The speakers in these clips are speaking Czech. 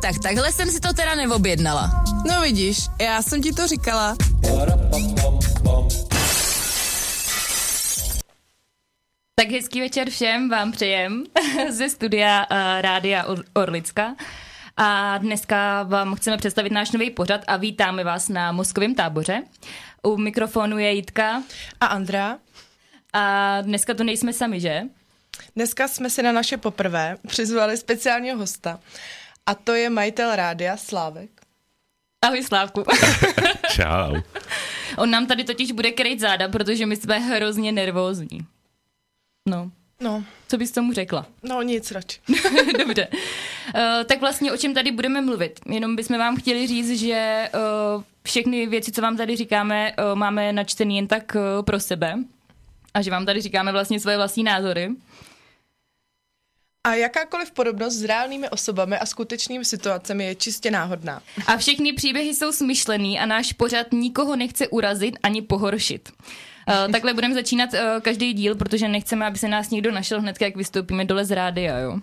tak takhle jsem si to teda neobjednala. No vidíš, já jsem ti to říkala. Tak hezký večer všem vám přejem ze studia Rádia Orlická. A dneska vám chceme představit náš nový pořad a vítáme vás na Mozkovém táboře. U mikrofonu je Jitka A Andrea. A dneska to nejsme sami, že? Dneska jsme si na naše poprvé přizvali speciálního hosta. A to je majitel rádia Slávek. Ahoj Slávku. Čau. On nám tady totiž bude krejt záda, protože my jsme hrozně nervózní. No, co bys tomu řekla? No nic radši. Dobře. Tak vlastně o čem tady budeme mluvit? Jenom bychom vám chtěli říct, že všechny věci, co vám tady říkáme, máme načtený jen tak pro sebe a že vám tady říkáme vlastně svoje vlastní názory. A jakákoliv podobnost s reálnými osobami a skutečnými situacemi je čistě náhodná. A všechny příběhy jsou smyšlený a náš pořad nikoho nechce urazit ani pohoršit. Takhle budeme začínat každý díl, protože nechceme, aby se nás někdo našel hned, jak vystoupíme dole z rádia, jo.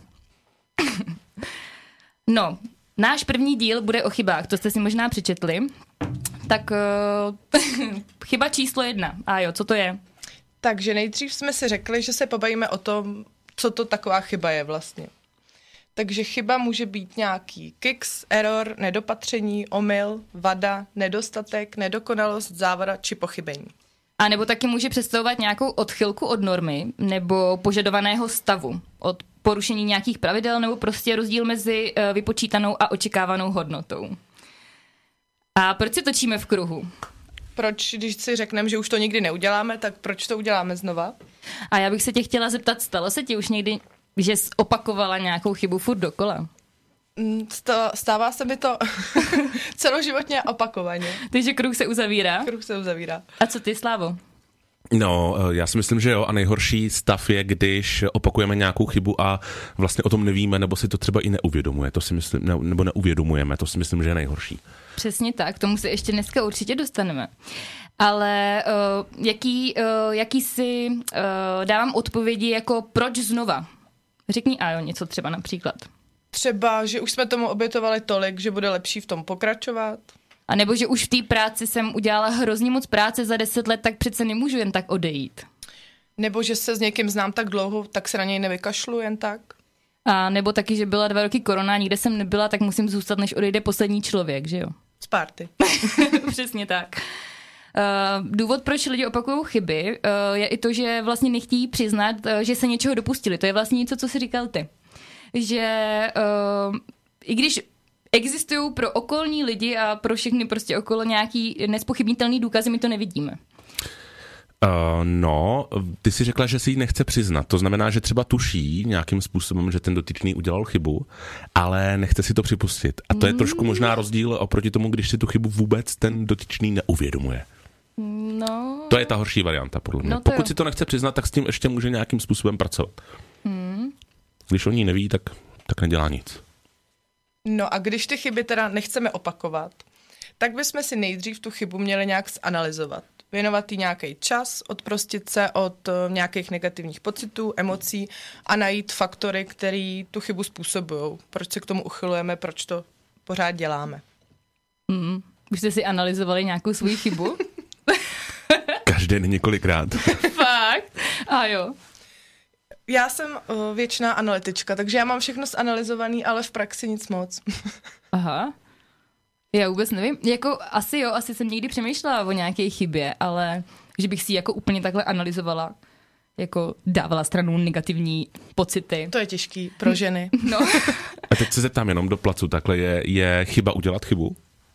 No, náš první díl bude o chybách, to jste si možná přečetli. Tak chyba číslo 1. A jo, co to je? Takže nejdřív jsme si řekli, že se pobavíme o tom, co to taková chyba je vlastně. Takže chyba může být nějaký kiks, error, nedopatření, omyl, vada, nedostatek, nedokonalost, závada či pochybení. A nebo taky může představovat nějakou odchylku od normy nebo požadovaného stavu, od porušení nějakých pravidel nebo prostě rozdíl mezi vypočítanou a očekávanou hodnotou. A proč se točíme v kruhu? Proč, když si řekneme, že už to nikdy neuděláme, tak proč to uděláme znova? A já bych se tě chtěla zeptat, stalo se ti už někdy, že jsi opakovala nějakou chybu furt dokola? Stává se mi to celoživotně opakovaně. Takže kruh se uzavírá? Kruh se uzavírá. A co ty, Slávo? No, já si myslím, že jo, a nejhorší stav je, když opakujeme nějakou chybu a vlastně o tom nevíme, nebo si to třeba i neuvědomuje, to si myslím, nebo neuvědomujeme, to si myslím, že je nejhorší. Přesně tak, tomu se ještě dneska určitě dostaneme. Ale jaký si dávám odpovědi jako proč znova? Řekni Ajo něco třeba například. Třeba, že už jsme tomu obětovali tolik, že bude lepší v tom pokračovat. A nebo že už v té práci jsem udělala hrozně moc práce za 10 let, tak přece nemůžu jen tak odejít. Nebo že se s někým znám tak dlouho, tak se na něj nevykašlu jen tak. A nebo taky, že byla 2 roky korona, nikde jsem nebyla, tak musím zůstat, než odejde poslední člověk, že jo? Z party. Přesně tak. Důvod, proč lidi opakují chyby, je i to, že vlastně nechtějí přiznat, že se něčeho dopustili. To je vlastně něco, co jsi říkal ty. Že i když existují pro okolní lidi a pro všechny prostě okolo nějaký nespochybnitelný důkazy, my to nevidíme. No, ty si řekla, že si ji nechce přiznat. To znamená, že třeba tuší nějakým způsobem, že ten dotyčný udělal chybu, ale nechce si to připustit. A to je trošku možná rozdíl oproti tomu, když si tu chybu vůbec ten dotyčný neuvědomuje. No. To je ta horší varianta, podle mě. No Pokud si to nechce přiznat, tak s tím ještě může nějakým způsobem pracovat. Když o ní neví, tak nedělá nic. No a když ty chyby teda nechceme opakovat, tak bychom si nejdřív tu chybu měli nějak zanalyzovat. Věnovat jí nějaký čas, odprostit se od nějakých negativních pocitů, emocí a najít faktory, které tu chybu způsobují. Proč se k tomu uchylujeme, proč to pořád děláme. Už jste si analyzovali nějakou svou chybu? Každý den několikrát. Fakt? A jo. Já jsem věčná analytička, takže já mám všechno zanalyzovaný, ale v praxi nic moc. Aha. Já vůbec nevím. Jako asi jsem někdy přemýšlela o nějaké chybě, ale že bych si jako úplně takhle analyzovala, jako dávala stranou negativní pocity. To je těžký pro ženy. No. A teď se zeptám jenom do placu, takhle je chyba udělat chybu?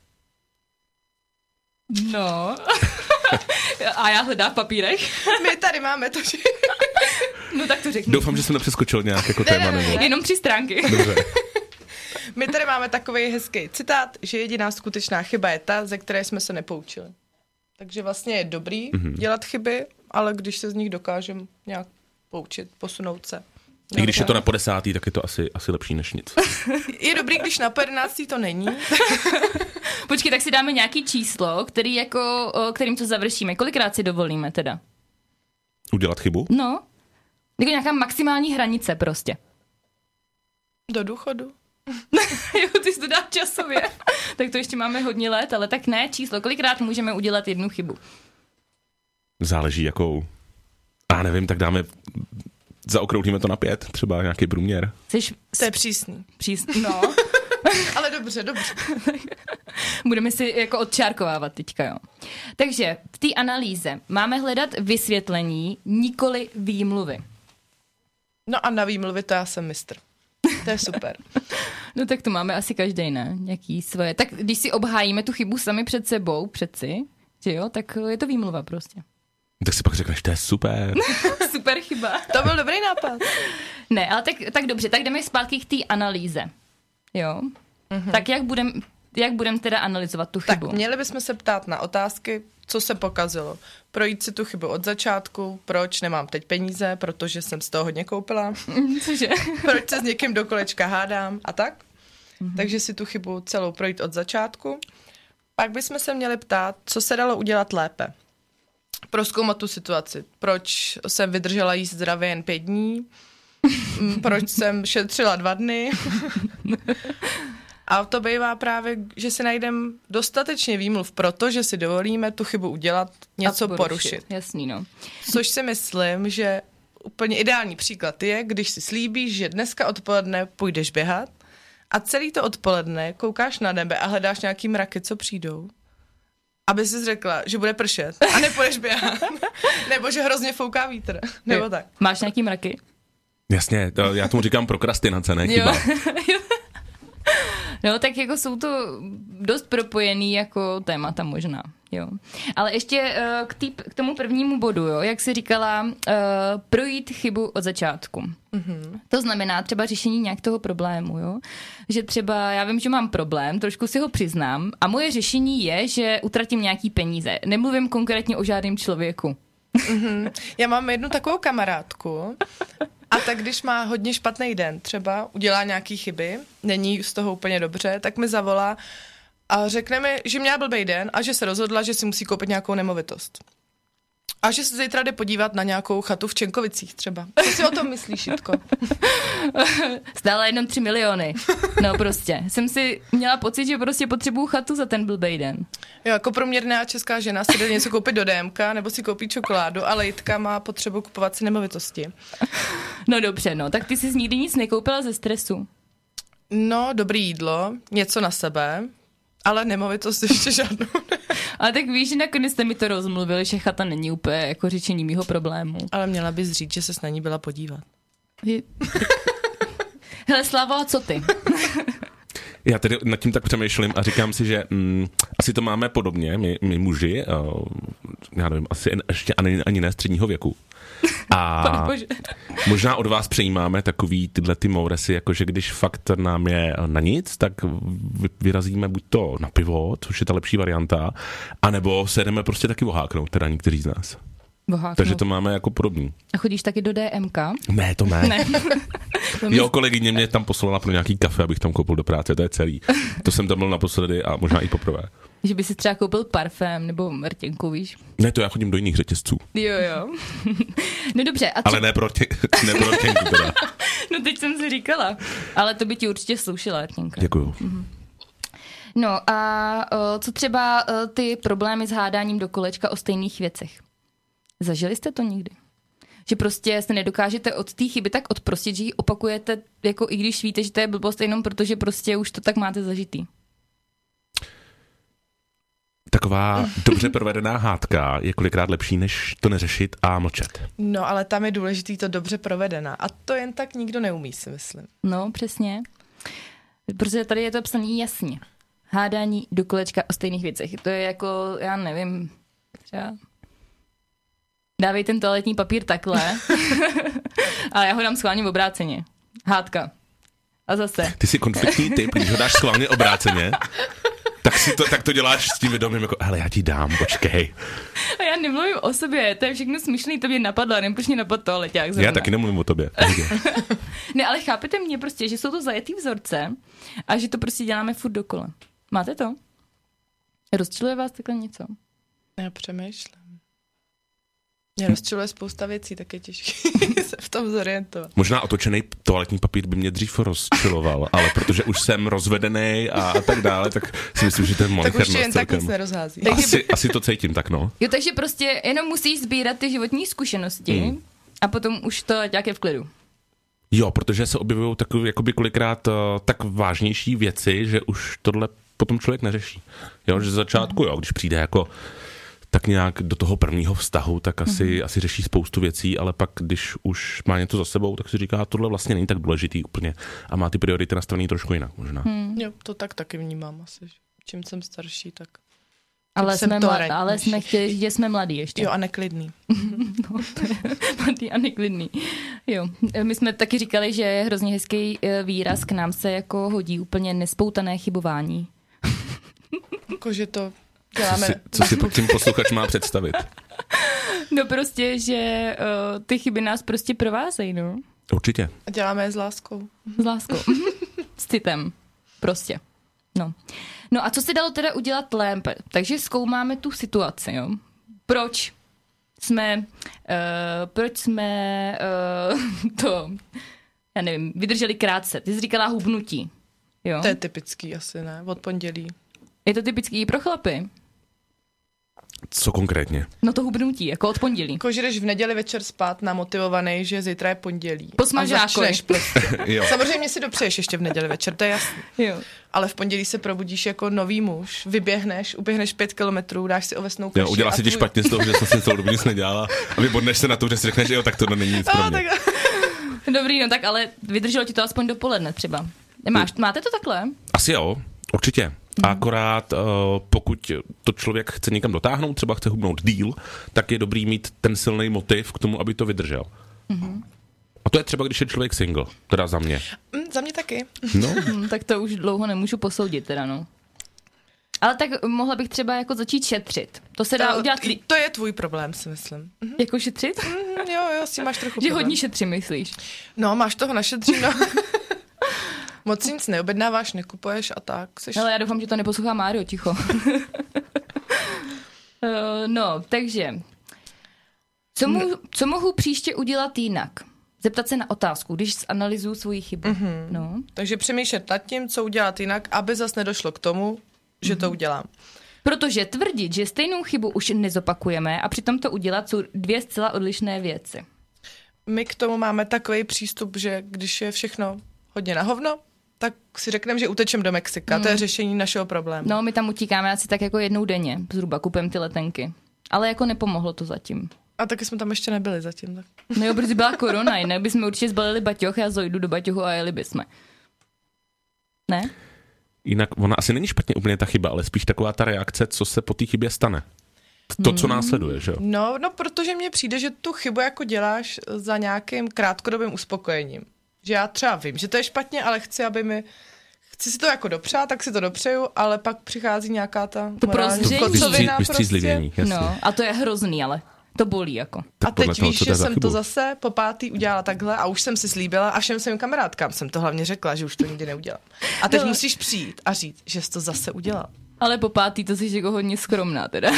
No. A já hledám v papírech. My tady máme to, že... No tak to řekni. Doufám, že jsem nepřeskočil nějak jako téma. Nebo... Jenom 3 stránky. Dobře. My tady máme takový hezký citát, že jediná skutečná chyba je ta, ze které jsme se nepoučili. Takže vlastně je dobrý dělat chyby, ale když se z nich dokážeme nějak poučit, posunout se. I když je to na 10., tak je to asi lepší než nic. Je dobrý, když na 11. to není. Počkej, tak si dáme nějaký číslo, kterým to završíme. Kolikrát si dovolíme teda? Udělat chybu? No, jako nějaká maximální hranice prostě. Do důchodu. Jo, ty jsi to dá časově. Tak to ještě máme hodně let, ale tak ne, číslo. Kolikrát můžeme udělat jednu chybu? Záleží jakou. A nevím, tak zaokrouhlíme to na 5, třeba nějaký průměr. To je přísný. No. Ale dobře. Budeme si jako odčárkovávat teďka, jo. Takže v té analýze máme hledat vysvětlení, nikoli výmluvy. No a na výmluvy to já jsem mistr. To je super. No tak to máme asi každej, ne? Nějaký svoje. Tak když si obhájíme tu chybu sami před sebou, přeci, že jo, tak je to výmluva prostě. Tak si pak řekneš, to je super. Super chyba. To byl dobrý nápad. Ne, ale tak dobře, tak jdeme zpátky k té analýze. Jo? Mm-hmm. Tak jak budem teda analyzovat tu chybu? Tak měli bychom se ptát na otázky, co se pokazilo. Projít si tu chybu od začátku, proč nemám teď peníze, protože jsem z toho hodně koupila. Cože? Proč se s někým do kolečka hádám a tak. Mm-hmm. Takže si tu chybu celou projít od začátku. Pak bychom se měli ptát, co se dalo udělat lépe. Prozkoumat tu situaci. Proč jsem vydržela jíst zdravě jen 5 dní? Proč jsem šetřila 2 dny? A to bývá právě, že si najdeme dostatečně výmluv, protože si dovolíme tu chybu udělat, něco porušit. Jasný, no. Což si myslím, že úplně ideální příklad je, když si slíbíš, že dneska odpoledne půjdeš běhat a celý to odpoledne koukáš na nebe a hledáš nějaký mraky, co přijdou. Aby jsi řekla, že bude pršet a nepůjdeš běhat. Nebo že hrozně fouká vítr. Nebo tak. Máš nějaký mraky? Jasně, já tomu říkám prokrastinace, ne chyba. No, tak jako jsou to dost propojený jako témata možná, jo. Ale ještě k tomu prvnímu bodu, jo, jak jsi říkala, projít chybu od začátku. Mm-hmm. To znamená třeba řešení nějak toho problému, jo. Že třeba já vím, že mám problém, trošku si ho přiznám a moje řešení je, že utratím nějaký peníze. Nemluvím konkrétně o žádném člověku. Mm-hmm. Já mám jednu takovou kamarádku a tak když má hodně špatný den, třeba udělá nějaký chyby, není z toho úplně dobře, tak mi zavolá a řekne mi, že měla blbej den a že se rozhodla, že si musí koupit nějakou nemovitost. A že se zítra jde podívat na nějakou chatu v Čenkovicích třeba. Co si o tom myslíš, Jitko? Stále jenom 3 miliony. No prostě. Jsem si měla pocit, že prostě potřebuju chatu za ten blbej den. Jo, jako průměrná česká žena si jde něco koupit do DMK nebo si koupí čokoládu, ale Jitka má potřebu kupovat si nemovitosti. No dobře, no. Tak ty jsi nikdy nic nekoupila ze stresu? No, dobrý jídlo, něco na sebe, ale nemovitost ještě žádnou. Ale tak víš, že nakonec jste mi to rozmluvili, že chata není úplně jako řešení mýho problému. Ale měla bys říct, že ses na ní byla podívat. Hele, Slavo, a co ty? Já tedy nad tím tak přemýšlím a říkám si, že asi to máme podobně, my muži, já nevím, asi ještě ani ne středního věku. A možná od vás přejímáme takový tyhle ty mouresy, jakože když fakt nám je na nic, tak vyrazíme buď to na pivo, což je ta lepší varianta, anebo se jdeme prostě taky oháknout, teda někteří z nás. Boháknout. Takže to máme jako podobný. A chodíš taky do DMK? Ne, to ne. Jo, kolegyně mě tam poslala pro nějaký kafe, abych tam koupil do práce, to je celý. To jsem tam byl naposledy a možná i poprvé. Že by si třeba koupil parfém nebo rtěnku, víš? Ne, to já chodím do jiných řetězců. Jo. No dobře. Ale ne pro rtěnku teda. No teď jsem si říkala. Ale to by ti určitě slušila rtěnka. Děkuju. Mhm. No a co třeba ty problémy s hádáním do kolečka o stejných věcech? Zažili jste to někdy? Že prostě se nedokážete od té chyby tak odprostit, že ji opakujete, jako i když víte, že to je blbost, jenom protože prostě už to tak máte zažitý. Taková dobře provedená hádka je kolikrát lepší, než to neřešit a mlčet. No, ale tam je důležitý to dobře provedená. A to jen tak nikdo neumí, si myslím. No, přesně. Protože tady je to psaný jasně. Hádání do kolečka o stejných věcech. To je jako, já nevím, třeba... Dávej ten toaletní papír takhle, ale já ho dám schválně obráceně. Hádka. A zase. Ty jsi konfliktní typ, když ho dáš schválně obráceně, tak to děláš s tím vědomím, jako, hele, já ti dám, počkej. A já nemluvím o sobě, to je všechno smyšlený, to mě napadlo, a nevím, proč mě napadl toaleťák zrovna. Já taky nemluvím o tobě. Ne, ale chápete mě prostě, že jsou to zajetý vzorce a že to prostě děláme furt dokola. Máte to? Rozčiluje vás takhle něco? Já přemýšlím. Mě rozčiluje spousta věcí, tak je těžké se v tom zorientovat. Možná otočený toaletní papír by mě dřív rozčiloval, ale protože už jsem rozvedený a tak dále, tak si myslím, že ten malichernost Tak už jen tak nic nerozhází. Asi to cítím tak, no. Jo, takže prostě jenom musíš sbírat ty životní zkušenosti a potom už to jak je v klidu. Jo, protože se objevují takové jakoby kolikrát tak vážnější věci, že už tohle potom člověk neřeší. Jo, že z začátku, jo, když přijde jako tak nějak do toho prvního vztahu, tak asi řeší spoustu věcí, ale pak, když už má něco za sebou, tak si říká, tohle vlastně není tak důležitý úplně a má ty priority nastavený trošku jinak možná. Jo, to tak taky vnímám asi. Čím jsem starší, tak Ale jsme chtěli říct, že jsme mladí ještě. Jo, a neklidný. No, to je mladý a neklidný. Jo, my jsme taky říkali, že je hrozně hezký výraz, k nám se jako hodí úplně nespoutané chybování. Jakože to děláme. Co si pod tím posluchač má představit? No prostě, že ty chyby nás prostě provázejí, no. Určitě. A děláme je s láskou. S láskou. S citem. Prostě. No. No a co se dalo teda udělat lépe? Takže zkoumáme tu situaci, jo. Proč jsme to, já nevím, vydrželi krátce. Ty jsi říkala hubnutí, jo. To je typický asi, ne? Od pondělí. Je to typický i pro chlapy? Co konkrétně? No to hubnutí, jako od pondělí. Jako, že jdeš v neděli večer spát namotivovaný, že zítra je pondělí. Po smažáku. Prostě. Samozřejmě si dopřeješ ještě v neděli večer, to je jasný. Jo. Ale v pondělí se probudíš jako nový muž, uběhneš 5 kilometrů, dáš si ovesnou kaši. Jo, udělá si ti špatně z toho, že jsem si celou dobu nic nedělala a vybodneš se na to, že si řekneš, že jo, tak to není nic pro mě. Dobrý, no tak ale vydrželo ti to aspoň dopoledne třeba. Máte to takhle? Asi jo, určitě. Akorát pokud to člověk chce někam dotáhnout, třeba chce hubnout díl, tak je dobrý mít ten silný motiv k tomu, aby to vydržel. A to je třeba, když je člověk single, teda za mě. Za mě taky. No. Tak to už dlouho nemůžu posoudit teda, no. Ale tak mohla bych třeba jako začít šetřit. To se dá udělat... To je tvůj problém, si myslím. Jako šetřit? Jo, s tím máš trochu Že problém. hodně šetřím, myslíš? No, máš toho našetřeno. Moc nic neobjednáváš, nekupuješ a tak. Ale já doufám, že to neposlouchá Mário, ticho. No, takže... Co mohu příště udělat jinak? Zeptat se na otázku, když zanalyzuju svoji chybu. No. Takže přemýšlet nad tím, co udělat jinak, aby zas nedošlo k tomu, že to udělám. Protože tvrdit, že stejnou chybu už nezopakujeme a přitom to udělat, jsou dvě zcela odlišné věci. My k tomu máme takový přístup, že když je všechno hodně na hovno, tak si řekneme, že utečem do Mexika. To je řešení našeho problému. No, my tam utíkáme asi tak jako jednou denně, zhruba kupujeme ty letenky. Ale jako nepomohlo to zatím. A taky jsme tam ještě nebyli zatím. Tak. No jo, protože byla korona, jinak bychom určitě zbalili baťoch, já zojdu do baťohu a jeli bychom. Ne? Jinak ona asi není špatně úplně ta chyba, ale spíš taková ta reakce, co se po té chybě stane. To, co následuje, že jo? No, protože mně přijde, že tu chybu jako děláš za nějakým krátkodobým uspokojením. Že já třeba vím, že to je špatně, ale chci si to jako dopřát, tak si to dopřeju, ale pak přichází nějaká ta morální kocovina. Vystřízlivění, jasně. No, a to je hrozný, ale to bolí jako. A teď víš, že jsem to zase po pátý udělala takhle a už jsem si slíbila a všem svým kamarádkám jsem to hlavně řekla, že už to nikdy neudělám. A teď musíš přijít a říct, že jsi to zase udělal. Ale po pátý to jsi jako hodně skromná teda.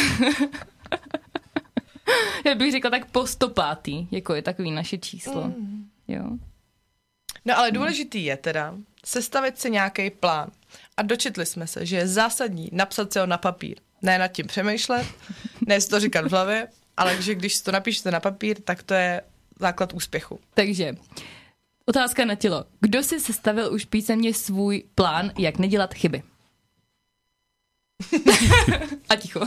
Já bych řekla tak po 105. Jako je takový naše číslo. Jo. No ale důležitý je teda sestavit si nějaký plán. A dočetli jsme se, že je zásadní napsat si ho na papír. Ne nad tím přemýšlet, ne si to říkat v hlavě, ale že když si to napíšete na papír, tak to je základ úspěchu. Takže otázka na tělo. Kdo si sestavil už písemně svůj plán, jak nedělat chyby? A ticho.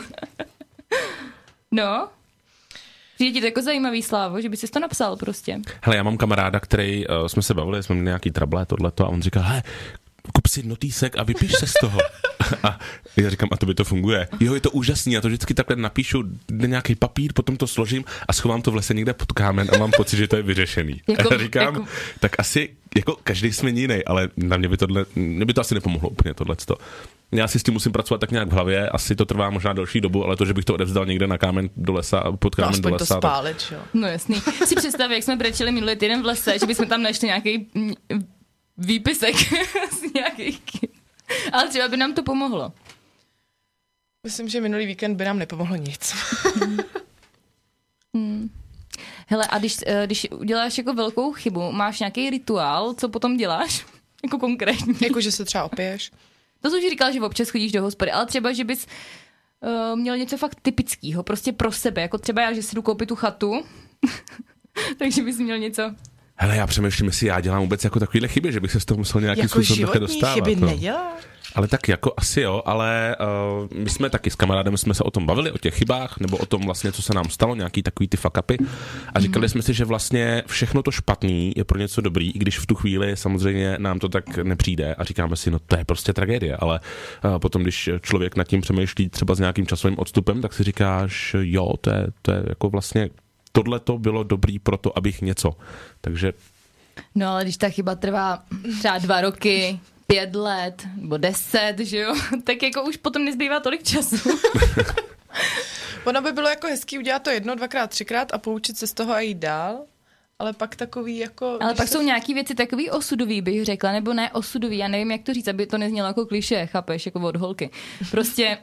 No? Přijde ti to jako zajímavý, Slávo, že by si to napsal prostě. Hele, já mám kamaráda, který jsme se bavili, jsme měli nějaký trable, tohleto, a on říkal, hele, kup si notýsek a vypiš se z toho. A já říkám, a to by to funguje. Jo, je to úžasný, já to vždycky takhle napíšu na nějaký papír, potom to složím a schovám to v lese někde pod kámen a mám pocit, že to je vyřešený. A já říkám, tak asi, jako každý jsme jiný, ale na mě by to asi nepomohlo úplně tohleto. Já si s tím musím pracovat tak nějak v hlavě, asi to trvá možná delší dobu, ale to, že bych to odevzdal někde na kámen do lesa, pod kámen do lesa. To spálit, jo. No jasný. Si představ, jak jsme brečeli minulý týden v lese, že bychom tam našli nějaký výpisek z nějakých. Ale třeba by nám to pomohlo. Myslím, že minulý víkend by nám nepomohlo nic. Hele, a když uděláš jako velkou chybu, máš nějaký rituál, co potom děláš? Jako konkrétně. Jako, že se třeba opiješ. To jsem už říkala, že občas chodíš do hospody, ale třeba, že bys měl něco fakt typického, prostě pro sebe, jako třeba já, že si jdu koupit tu chatu, takže bys měl něco. Hele, já přemýšlím, jestli já dělám vůbec jako takovýhle chyby, že bych se z toho musel nějakým jako způsobem také dostávat. Jako životní chyby neděláš? Ale tak jako asi jo, ale my jsme taky s kamarádem jsme se o tom bavili, o těch chybách, nebo o tom vlastně, co se nám stalo, nějaký takový ty fuck upy. A říkali jsme si, že vlastně všechno to špatný je pro něco dobrý, i když v tu chvíli samozřejmě nám to tak nepřijde a říkáme si, no to je prostě tragédie, ale potom, když člověk nad tím přemýšlí třeba s nějakým časovým odstupem, tak si říkáš, jo, to je jako vlastně tohle to bylo dobrý pro to, abych něco. Takže... No ale když ta chyba trvá třeba 2 roky, 5 let, nebo 10, že jo, tak jako už potom nezbývá tolik času. Ono by bylo jako hezký udělat to 1, 2krát, 3krát a poučit se z toho a jít dál, ale pak takový jako... Ale pak jsou nějaký věci takový osudový, bych řekla, nebo ne osudový, já nevím, jak to říct, aby to neznělo jako klišé, chápeš, jako od holky. Prostě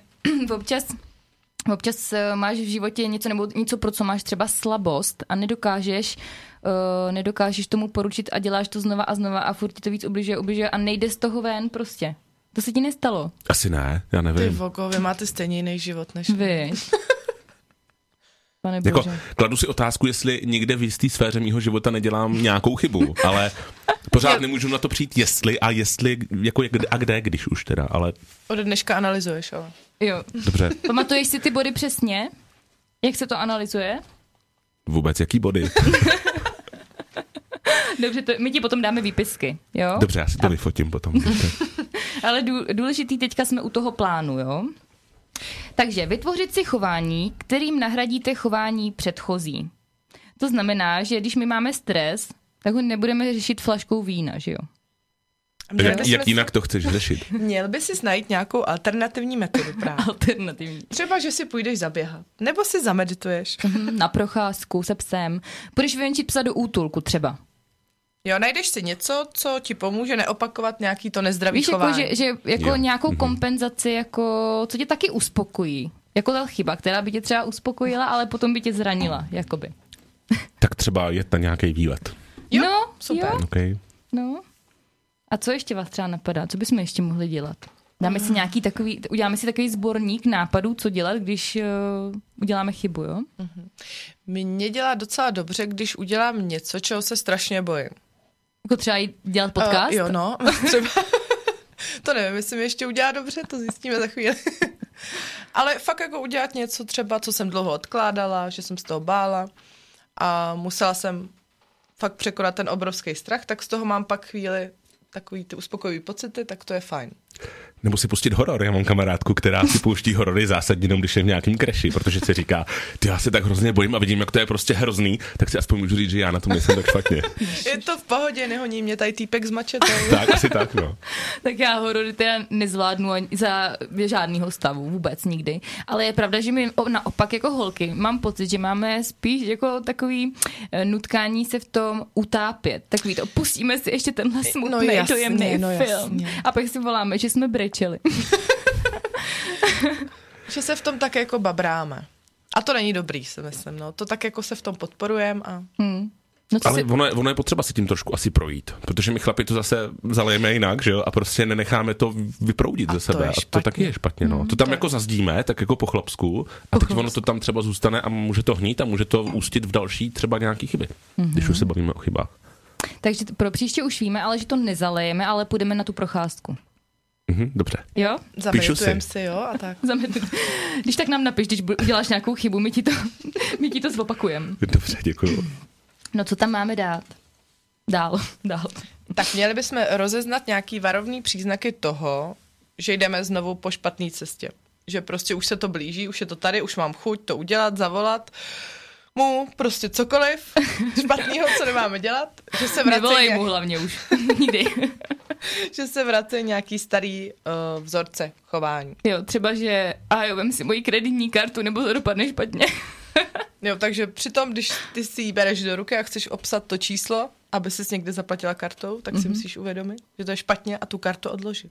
občas máš v životě něco, nebo něco, pro co máš třeba slabost a nedokážeš tomu poručit a děláš to znova a znova a furt ti to víc ubližuje a nejde z toho ven prostě. To se ti nestalo? Asi ne, já nevím. Ty vogo, vy máte stejně jiný život než vy. Pane bože. Jako, kladu si otázku, jestli někde v jistý sféře mýho života nedělám nějakou chybu, ale pořád nemůžu na to přijít, jestli, jako a kde, když už teda, ale... Ode dneška analyzuješ, ale... Jo. Dobře. Pamatuješ si ty body přesně? Jak se to analyzuje? Vůbec, jaký body? Dobře, my ti potom dáme výpisky, jo? Dobře, já si to vyfotím potom. Ale důležitý, teďka jsme u toho plánu, jo? Takže vytvořit si chování, kterým nahradíte chování předchozí. To znamená, že když my máme stres, tak ho nebudeme řešit flaškou vína, že jo? Jak jinak to chceš řešit? Měl by si najít nějakou alternativní metodu právě. Alternativní. Třeba, že si půjdeš zaběhat. Nebo si zamedituješ. Na procházku se psem. Půjdeš vyvenčit psa do útulku třeba. Jo, najdeš si něco, co ti pomůže neopakovat nějaký to nezdravý chování. Víš, že jako nějakou kompenzaci, jako, co tě taky uspokojí. Jako ta chyba, která by tě třeba uspokojila, ale potom by tě zranila, jakoby. Tak třeba jet na nějaký výlet. Jo, no, super. Jo. Okay. No. A co ještě vás třeba napadá? Co bychom ještě mohli dělat? Uděláme si takový sborník nápadů, co dělat, když uděláme chybu, jo? Mně dělá docela dobře, když udělám něco, čeho se strašně bojím. Jako třeba jít dělat podcast? Jo, no, třeba. To nevím, jestli mi ještě udělá dobře, to zjistíme za chvíli. Ale fakt jako udělat něco třeba, co jsem dlouho odkládala, že jsem z toho bála a musela jsem fakt překonat ten obrovský strach, tak z toho mám pak chvíli takový ty uspokojivý pocity, tak to je fajn. Nebo si pustit horor. Já mám kamarádku, která si pouští horory zásadně jenom, když je v nějakým kreši, protože si říká, ty já se tak hrozně bojím a vidím, jak to je prostě hrozný, tak si aspoň můžu říct, že já na tom nejsem tak špatně. Je to v pohodě, nehoní mě tady týpek z mačetou. Tak, asi tak, no. Tak já horory teda nezvládnu ani za žádnýho stavu, vůbec nikdy. Ale je pravda, že my naopak jako holky mám pocit, že máme spíš jako takový nutkání se v tom utápět. Takový to, pustíme si ještě tenhle smutný, dojemný film. A pak si voláme, že jsme brečeli. Že se v tom tak jako babráme. A to není dobrý, si myslím. No. To tak jako se v tom podporujeme. A... No ale ono je potřeba si tím trošku asi projít, protože my chlapi to zase zalejeme jinak, že jo, a prostě nenecháme to vyproudit ze sebe. A to taky je špatně, no. To tam jako zazdíme, tak jako po chlapsku, a teď ono to tam třeba zůstane a může to hnít a může to ústit v další třeba nějaký chyby, když už se bavíme o chybách. Takže pro příště už víme, ale že to nezalejeme, ale půjdeme na tu procházku. Dobře. Jo? Zameditujeme si, jo, a tak. Když tak nám napiš, když uděláš nějakou chybu, my ti to zopakujeme. Dobře, děkuju. No co tam máme dát? Dál. Tak měli bychom rozeznat nějaký varovný příznaky toho, že jdeme znovu po špatné cestě. Že prostě už se to blíží, už je to tady, už mám chuť to udělat, zavolat mu prostě cokoliv špatného, co nemáme dělat. Že se nevolej mu hlavně už. Nikdy. Že se vrací nějaký starý vzorce chování. Jo, třeba, že vem si moji kreditní kartu, nebo to dopadne špatně. Jo, takže přitom, když ty si ji bereš do ruky a chceš obsat to číslo, aby jsi někde zaplatila kartou, tak si musíš uvědomit, že to je špatně a tu kartu odložit.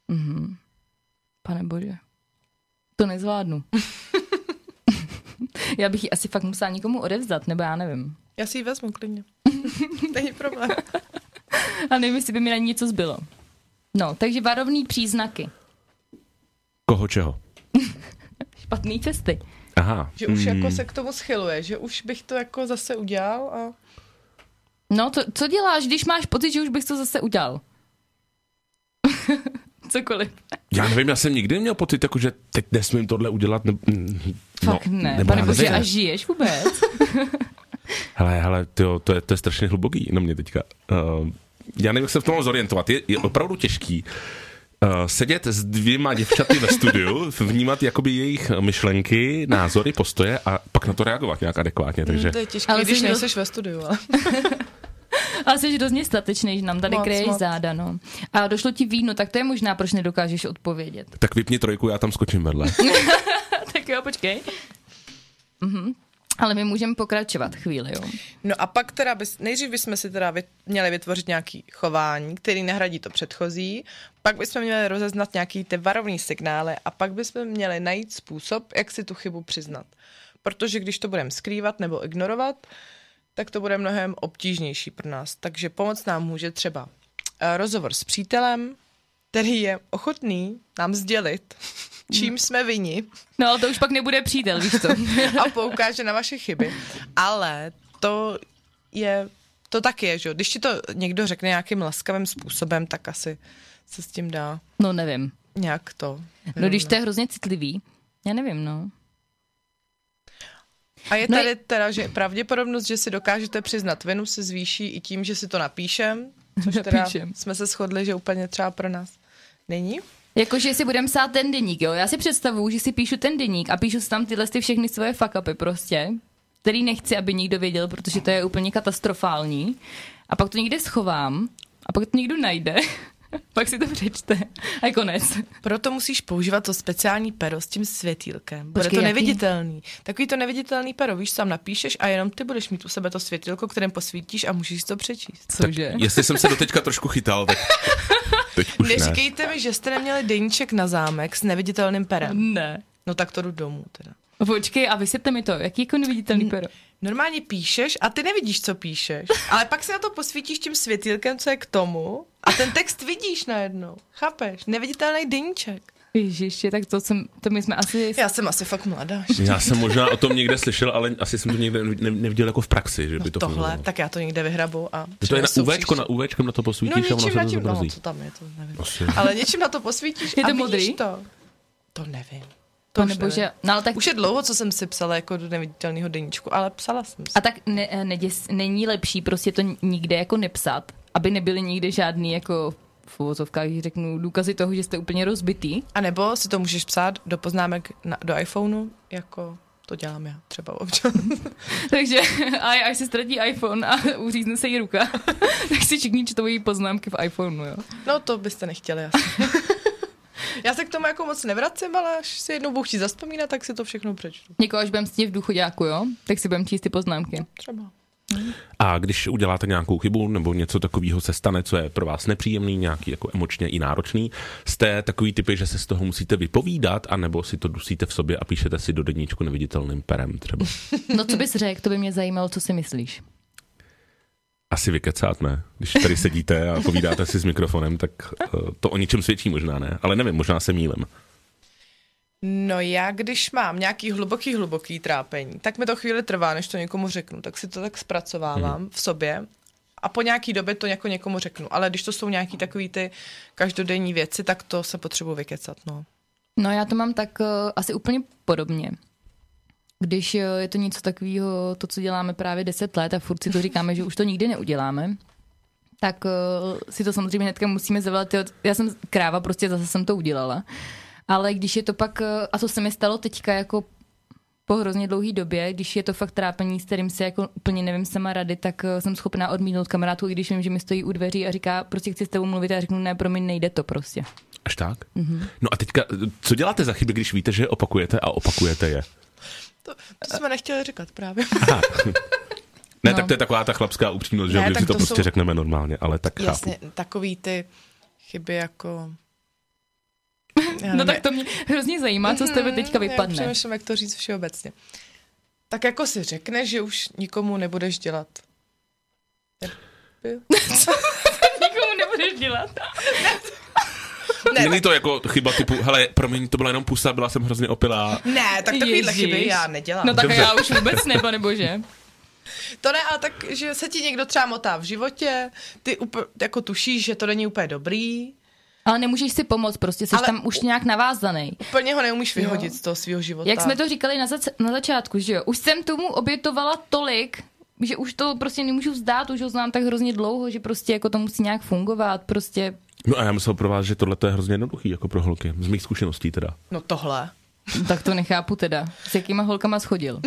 Pane bože, to nezvládnu. Já bych ji asi fakt musela někomu odevzdat, nebo já nevím. Já si ji vezmu klidně. Není problém. A nevím, jestli by mi na ní něco zbylo. No, takže varovný příznaky. Koho čeho? Špatný cesty. Aha. Že už jako se k tomu schyluje, že už bych to jako zase udělal a... No, co děláš, když máš pocit, že už bych to zase udělal? Cokoliv. Já nevím, já jsem nikdy neměl pocit, jako, že teď nesmím tohle udělat. Fakt ne, pane bože, a žiješ vůbec? Hele, to je strašně hluboký na mě teďka. Já nevím, jak se v tom zorientovat. Je opravdu těžký sedět s 2 děvčaty ve studiu, vnímat jakoby jejich myšlenky, názory, postoje a pak na to reagovat nějak adekvátně. Takže... To je těžké, ale když nejseš ve studiu. Ale... Ale jsi hrozně statečný, že nám tady kryješ záda, no. A došlo ti víno, tak to je možná, proč nedokážeš odpovědět. Tak vypni 3, já tam skočím vedle. Tak jo, počkej. Ale my můžeme pokračovat chvíli, jo. No a pak teda nejdřív bychom si teda měli vytvořit nějaký chování, který nahradí to předchozí, pak bychom měli rozeznat nějaký ty varovný signály a pak bychom měli najít způsob, jak si tu chybu přiznat. Protože když to budeme skrývat nebo ignorovat, tak to bude mnohem obtížnější pro nás. Takže pomoct nám může třeba rozhovor s přítelem, který je ochotný nám sdělit, čím jsme vinni. No ale to už pak nebude přítel, víš co? A poukáže na vaše chyby. Ale to tak je, že když ti to někdo řekne nějakým laskavým způsobem, tak asi se s tím dá. No nevím. Nějak to. No když to je hrozně citlivý, já nevím, no. A je tady teda, že pravděpodobnost, že si dokážete přiznat vinu, se zvýší i tím, že si to napíšem, což teda jsme se shodli, že úplně třeba pro nás není. Jakože si budeme psát ten deník, jo. Já si představuju, že si píšu ten deník a píšu si tam tyhle všechny svoje fuck upy prostě, který nechci, aby nikdo věděl, protože to je úplně katastrofální. A pak to někde schovám a pak to někdo najde. Pak si to přečte. A je konec. Proto musíš používat to speciální pero s tím světýlkem. Bude Počkej, to neviditelný. Takový to neviditelný pero, víš, tam napíšeš a jenom ty budeš mít u sebe to světýlko, kterým posvítíš a můžeš to přečíst. Cože? Jestli jsem se doteďka trošku chytal, tak teď už Neříkejte mi, že jste neměli deníček na zámek s neviditelným perem. Ne. No tak to jdu domů teda. Počkej a vysvětlete mi to, jaký jako neviditelný pero? Normálně píšeš a ty nevidíš, co píšeš, ale pak si na to posvítíš tím světýlkem, co je k tomu a ten text vidíš najednou. Chápeš? Neviditelný deníček. Ježiši, tak to my jsme asi... Já jsem asi fakt mladá. Já jsem možná o tom někde slyšel, ale asi jsem to někde neviděl jako v praxi, že by to tohle, fungovalo. tak já to někde vyhrabu a... To je na UVčkem na to posvítíš a ono se to zobrazí. No, co tam je, to nevím. Ale něčím na to posvítíš je to a modrý? vidíš to. To nevím. Pane bože, no, ale tak... Už je dlouho, co jsem si psala jako do neviditelného deníčku, ale psala jsem si. A tak není lepší prostě to nikde jako nepsat, aby nebyly nikde žádný jako v uvozovkách, řeknu, důkazy toho, že jste úplně rozbitý. A nebo si to můžeš psát do poznámek do iPhoneu, jako to dělám já třeba občas. Takže až se ztratí iPhone a uřízne se jí ruka, tak si všichni čtou její poznámky v iPhoneu, jo. No to byste nechtěli asi. Já se k tomu jako moc nevracím, ale až si jednou budu chtít zazpomínat, tak si to všechno přečtu. Někoho, až budem s tím v důchoďáku, jo? Tak si budem číst ty poznámky. Třeba. A když uděláte nějakou chybu nebo něco takového se stane, co je pro vás nepříjemný, nějaký jako emočně i náročný, jste takový typy, že se z toho musíte vypovídat, anebo si to dusíte v sobě a píšete si do deníčku neviditelným perem třeba? No co bys řekl, to by mě zajímalo, co si myslíš. Asi vykecat, ne? Když tady sedíte a povídáte si s mikrofonem, tak to o ničem svědčí možná, ne? Ale nevím, možná se mýlím. No já, když mám nějaký hluboký trápení, tak mi to chvíli trvá, než to někomu řeknu, tak si to tak zpracovávám v sobě a po nějaký době to jako někomu řeknu. Ale když to jsou nějaký takový ty každodenní věci, tak to se potřebuji vykecat, no. No já to mám tak asi úplně podobně. Když je to něco takového, to, co děláme právě 10 let a furt si to říkáme, že už to nikdy neuděláme, tak si to samozřejmě hnedka musíme zavolat. Já jsem kráva, prostě zase jsem to udělala. Ale když je to pak, a to se mi stalo teďka jako po hrozně dlouhý době, když je to fakt trápení, s kterým se jako úplně nevím sama rady, tak jsem schopná odmítnout kamarádu, i když vím, že mi stojí u dveří a říká, prostě chci s tebou mluvit a já řeknu, ne, promiň, nejde to prostě. Až tak? Mm-hmm. No a teďka, co děláte za chyby, když víte, že opakujete a opakujete je? To jsme nechtěli říkat právě. Ne, no. Tak to je taková ta chlapská upřímnost, že si to prostě řekneme normálně, ale tak jasně, chápu. Takový ty chyby jako... No tak to mě hrozně zajímá, co z tebe teďka vypadne. Já přemýšlím, jak to říct všeobecně. Tak jako si řekneš, že už nikomu nebudeš dělat. Nikomu nebudeš dělat. Není to jako chyba typu, hele, promiň, to byla jenom pusa, byla jsem hrozně opilá. Ne, tak takovýhle chyby já nedělám. No tak Dobře. já už vůbec nebo že? To ne, ale tak, že se ti někdo třeba motá v životě, ty jako tušíš, že to není úplně dobrý. Ale nemůžeš si pomoct, prostě jsi tam už nějak navázaný. Úplně ho neumíš vyhodit z toho svého života. Jak jsme to říkali na začátku, že jo? Už jsem tomu obětovala tolik, že už to prostě nemůžu vzdát, už ho znám tak hrozně dlouho, že prostě jako to musí nějak fungovat, prostě. No a já myslel pro vás, že tohle je hrozně jednoduchý, jako pro holky, z mých zkušeností teda. No tohle. Tak to nechápu teda. S jakýma holkama schodil?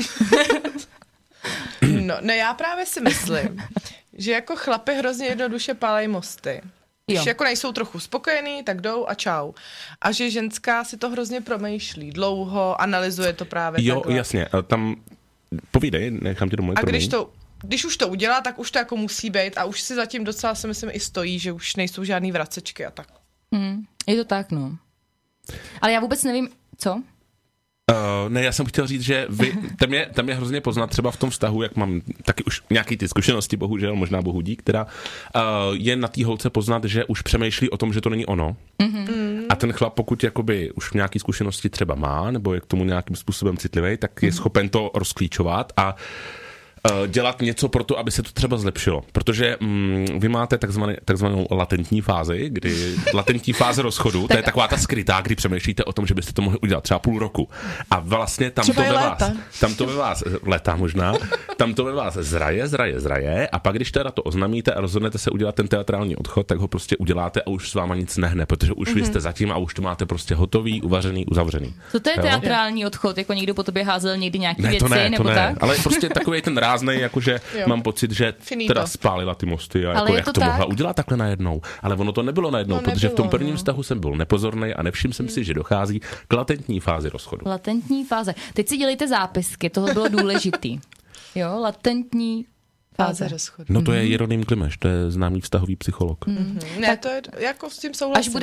No, já právě si myslím, že jako chlapi hrozně jednoduše pálejí mosty. Když jako nejsou trochu spokojení, tak jdou a čau. A že ženská si to hrozně promýšlí dlouho, analyzuje to právě Jo, takhle. jasně, tam povídej, nechám tě domluvit. A když už to udělá, tak už to jako musí být a už si zatím docela si myslím i stojí, že už nejsou žádný vracečky a tak. Je to tak, no. Ale já vůbec nevím, co? Ne, já jsem chtěl říct, že tam je hrozně poznat třeba v tom vztahu, jak mám taky už nějaký ty zkušenosti, bohužel, možná bohu dík, která je na té holce poznat, že už přemýšlí o tom, že to není ono. Mm-hmm. A ten chlap, pokud jakoby už nějaký zkušenosti třeba má, nebo je k tomu nějakým způsobem citlivý, tak je schopen to rozklíčovat a dělat něco pro to, aby se to třeba zlepšilo. Protože vy máte takzvanou latentní fázi, kdy latentní fáze rozchodu, to je taková ta skrytá, kdy přemýšlíte o tom, že byste to mohli udělat třeba půl roku. A vlastně tam to ve vás leta možná, tam to ve vás zraje a pak, když teda to oznámíte a rozhodnete se udělat ten teatrální odchod, tak ho prostě uděláte a už s váma nic nehne, protože už vy jste zatím a už to máte prostě hotový, uvařený, uzavřený. Co to je teatrální odchod? Jako někdo po tobě házel někdy nějaký věci, to ne, nebo tak? Ale prostě takový ten ráznej, jakože mám pocit, že teda spálila ty mosty a jako, jak to mohla udělat takhle najednou. Ale ono to nebylo najednou, protože v tom prvním vztahu jsem byl nepozorný a nevšiml jsem si, že dochází k latentní fázi rozchodu. Latentní fáze. Teď si dělejte zápisky, tohle bylo důležitý. Jo, latentní fáze rozchodu. No to je Jeroným Klimeš, to je známý vztahový psycholog. Ne, tak, to je jako s tím souhlasím.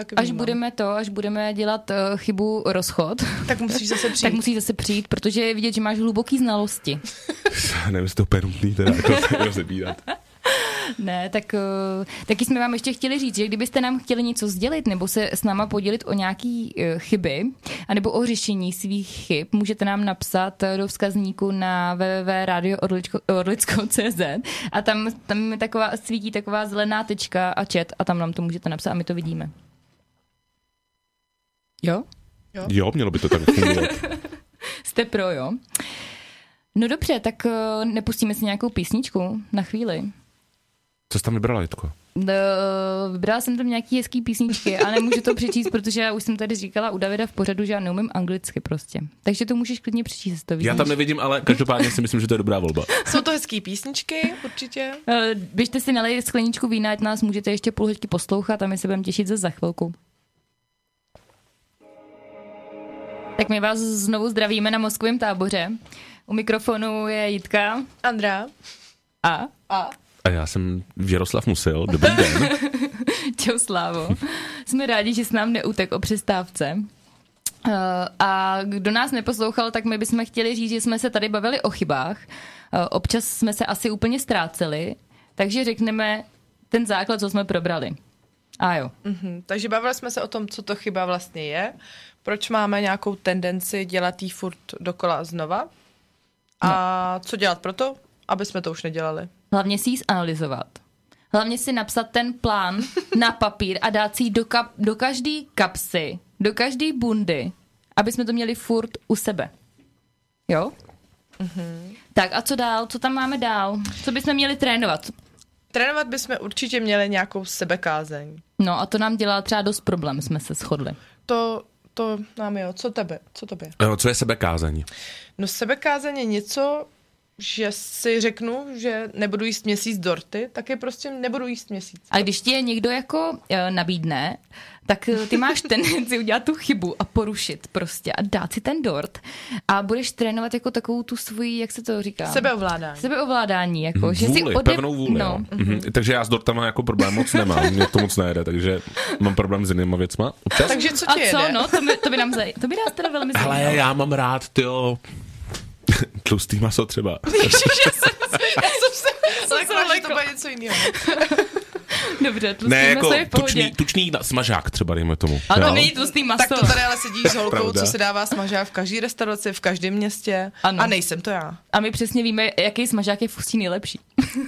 Až budeme dělat chybu rozchod, tak musíš zase přijít. Protože je vidět, že máš hluboký znalosti. Nevím, jestli to úplně nutný teda jako rozebírat. Ne, tak taky jsme vám ještě chtěli říct, že kdybyste nám chtěli něco sdělit nebo se s náma podělit o nějaký chyby anebo o řešení svých chyb, můžete nám napsat do vzkazníku na www.radio.orlicko.cz a tam je svítí taková zelená tečka a chat a tam nám to můžete napsat a my to vidíme. Jo? Jo, mělo by to tak fungovat. Jste pro, jo? No dobře, tak nepustíme si nějakou písničku na chvíli. Co jsi tam vybrala, Jitko? Vybrala jsem tam nějaký hezký písničky a nemůžu to přečíst, protože já už jsem tady říkala u Davida v pořadu, že já neumím anglicky prostě. Takže to můžeš klidně přečíst. To já tam nevidím, ale každopádně si myslím, že to je dobrá volba. Jsou to hezký písničky, určitě. Běžte si nalejt skleničku vína, ať nás můžete ještě půl hodky poslouchat a my se budeme těšit za chvilku. Tak my vás znovu zdravíme na Mozkovém táboře. U mikrofonu je Jitka. Andrá. A já jsem Jaroslav Musil. Dobrý den. Čau, Slávo. Jsme rádi, že s nám neutek o přestávce. A kdo nás neposlouchal, tak my bychom chtěli říct, že jsme se tady bavili o chybách. Občas jsme se asi úplně ztráceli, takže řekneme ten základ, co jsme probrali. A jo. Takže bavili jsme se o tom, co to chyba vlastně je, proč máme nějakou tendenci dělat jí furt dokola znova a co dělat pro to, aby jsme to už nedělali. Hlavně si ji zanalyzovat. Hlavně si napsat ten plán na papír a dát si ji do každé kapsy, do každé bundy, aby jsme to měli furt u sebe. Jo? Tak a co dál? Co tam máme dál? Co bychom měli trénovat? Trénovat bychom určitě měli nějakou sebekázeň. No a to nám dělá třeba dost problém, jsme se shodli. To nám jo. Co tobě? Co je sebekázeň? No sebekázeň je něco, že si řeknu, že nebudu jíst měsíc dorty, tak je prostě nebudu jíst měsíc. A když ti je někdo jako nabídne, tak ty máš tendenci udělat tu chybu a porušit prostě a dát si ten dort a budeš trénovat jako takovou tu svoji, jak se to říká? Sebeovládání, jako, že si pevnou vůli. No. Takže já s dortama jako problém moc nemám, mě to moc nejde, takže mám problém s jinýma věcma. Občas. Takže co ti jede? No, to by nás teda velmi zajímalo. Ale já mám rád, tyjo. Tlustý maso třeba. Ale to bude něco jiného. Dobře, tlustý Ne, maso jako je v pohodě. tučný smažák třeba, dejme tomu. Ale to Jo. není tlustý maso. Tak to tady ale sedíš s holkou, Pravda. co se dává smažák v každé restauraci, v každém městě. Ano. A nejsem to já. A my přesně víme, jaký smažák je v ústí nejlepší.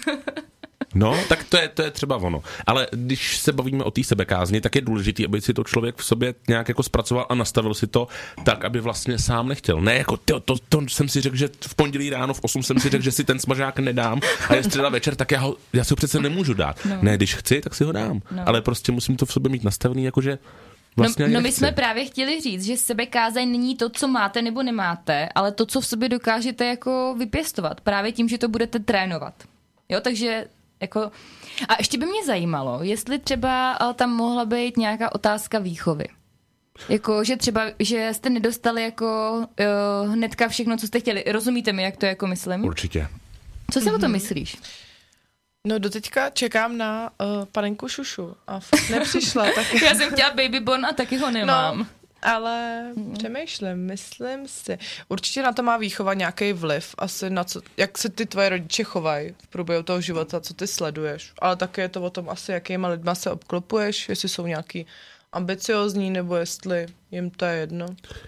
No, tak to je třeba ono. Ale když se bavíme o té sebekázni, tak je důležité, aby si to člověk v sobě nějak jako zpracoval a nastavil si to tak, aby vlastně sám nechtěl. Ne, jako to jsem si řekl, že v pondělí ráno v 8 jsem si řekl, že si ten smažák nedám a je středa večer, tak já si ho přece nemůžu dát. No. Ne, když chci, tak si ho dám. No. Ale prostě musím to v sobě mít nastavený, jakože vlastně no my jsme právě chtěli říct, že sebekázeň není to, co máte nebo nemáte, ale to, co v sobě dokážete jako vypěstovat. Právě tím, že to budete trénovat. Jo, takže jako... A ještě by mě zajímalo, jestli třeba tam mohla být nějaká otázka výchovy. Jako, že třeba, že jste nedostali jako hnedka všechno, co jste chtěli. Rozumíte mi, jak to jako myslím? Určitě. Co si o tom myslíš? No doteďka čekám na panenku Šušu a fakt nepřišla. Tak... Já jsem chtěla babyborn a taky ho nemám. No, ale přemýšlím, myslím si. Určitě na to má výchova nějaký vliv, asi na co, jak se ty tvoje rodiče chovají v průběhu toho života, co ty sleduješ. Ale také je to o tom asi, jakýma lidma se obklopuješ, jestli jsou nějaký ambiciozní, nebo jestli jim to je jedno.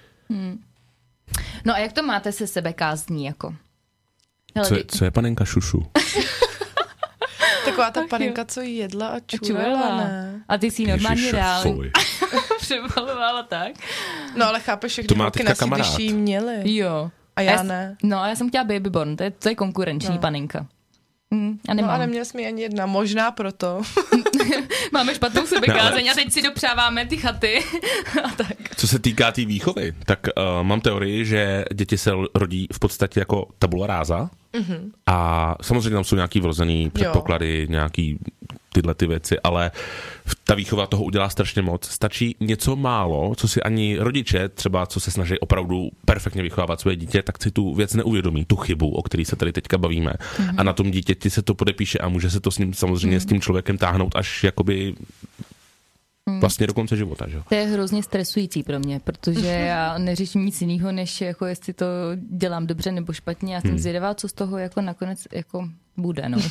No a jak to máte se sebekázní jako? Hele, Co je panenka Šušu? Taková ta panenka, co jí jedla a čurala, ne? A ty si ji normálně Ježiši, reálně fuj. přebalovala tak? No ale chápeš, všechny To má holky teďka na sídlišti kamarád. jí měli. Jo. A já ne. No a já jsem chtěla babyborn, to je konkurenční panenka. A nemám. No a neměl jsi mi ani jedna, možná proto. Máme špatnou sebekázeň a teď si dopřáváme ty chaty a tak. Co se týká té výchovy, tak mám teorii, že děti se rodí v podstatě jako tabula ráza a samozřejmě tam jsou nějaký vrozený předpoklady, nějaký tyhle ty věci, ale ta výchova toho udělá strašně moc. Stačí něco málo, co si ani rodiče, třeba co se snaží opravdu perfektně vychovávat své dítě, tak si tu věc neuvědomí, tu chybu, o který se tady teďka bavíme. A na tom dítěti se to podepíše a může se to s ním samozřejmě s tím člověkem táhnout až jakoby vlastně do konce života, že? To je hrozně stresující pro mě, protože já neřeším nic jiného, než jako jestli to dělám dobře nebo špatně. Já jsem zvědavá, co z toho jako nakonec jako bude, no.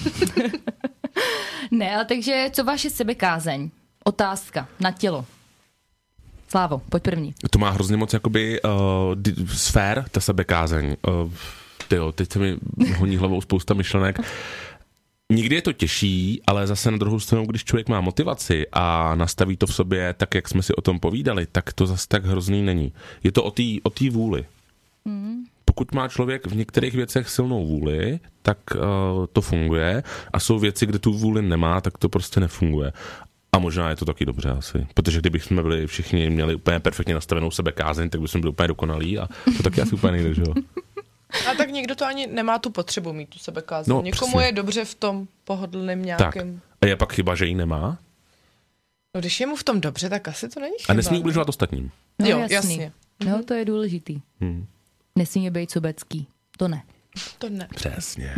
Ne, ale takže co vaše sebekázeň? Otázka na tělo. Slávo, pojď první. To má hrozně moc jakoby sfér, ta sebekázeň. Teď se mi honí hlavou spousta myšlenek. Někdy je to těžší, ale zase na druhou stranu, když člověk má motivaci a nastaví to v sobě tak, jak jsme si o tom povídali, tak to zase tak hrozný není. Je to o té vůli. Pokud má člověk v některých věcech silnou vůli, tak to funguje a jsou věci, kde tu vůli nemá, tak to prostě nefunguje. A možná je to taky dobře asi, protože kdybychom byli všichni měli úplně perfektně nastavenou sebekázeň, tak bychom byli úplně dokonalí a to taky asi úplně nejde, že jo? A tak někdo to ani nemá tu potřebu mít tu sebekázeň. No, někomu přesně. je dobře v tom pohodlným Tak. nějakým. A je pak chyba, že ji nemá? No když je mu v tom dobře, tak asi to není chyba. A nesmí ne? ubližovat ostatním. No, Jo, jasně. No, to je důležitý. Nesmí být sobecký. To ne. To ne. Přesně.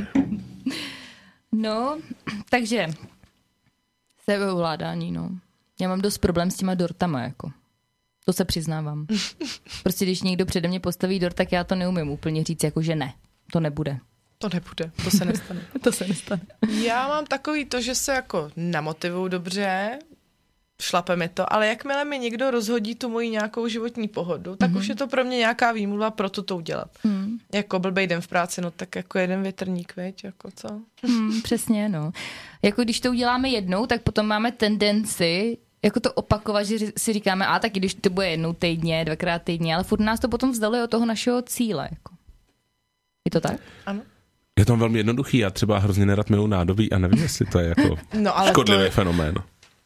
No, takže sebeovládání, no. Já mám dost problém s těma dortama, jako. To se přiznávám. Prostě když někdo přede mě postaví dort, tak já to neumím úplně říct, jako že ne. To nebude. To nebude, to se nestane. To se nestane. Já mám takový to, že se jako namotivuju dobře, šlape mi to, ale jakmile mi někdo rozhodí tu moji nějakou životní pohodu, tak už je to pro mě nějaká výmluva pro to udělat. Jako blbej den v práci, no tak jako jeden větrník, viď, jako co? Přesně, no. Jako když to uděláme jednou, tak potom máme tendenci jako to opakovat, že si říkáme, a taky když to bude jednou týdně, dvakrát týdně, ale furt nás to potom vzdaluje od toho našeho cíle. Jako. Je to tak? Ano. Je to velmi jednoduchý, já třeba hrozně nerad myju nádobí a nevím, jestli to je jako No, ale škodlivý fenomén.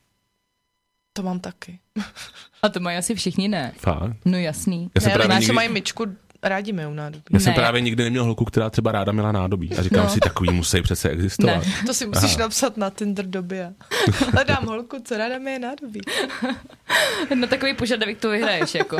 to mám taky. A to mají asi všichni, ne? Fakt. No jasný. Já jsem Ne, ale právě máš, co nikdy- mají myčku, rádi myjou nádobí. Já jsem Ne. právě nikdy neměl holku, která třeba ráda měla nádobí. A říkám si, takový musí přece existovat. Ne. To si musíš napsat na Tinder době. Hledám holku, co ráda myje nádobí. No takový požadavek to vyhraješ, jako.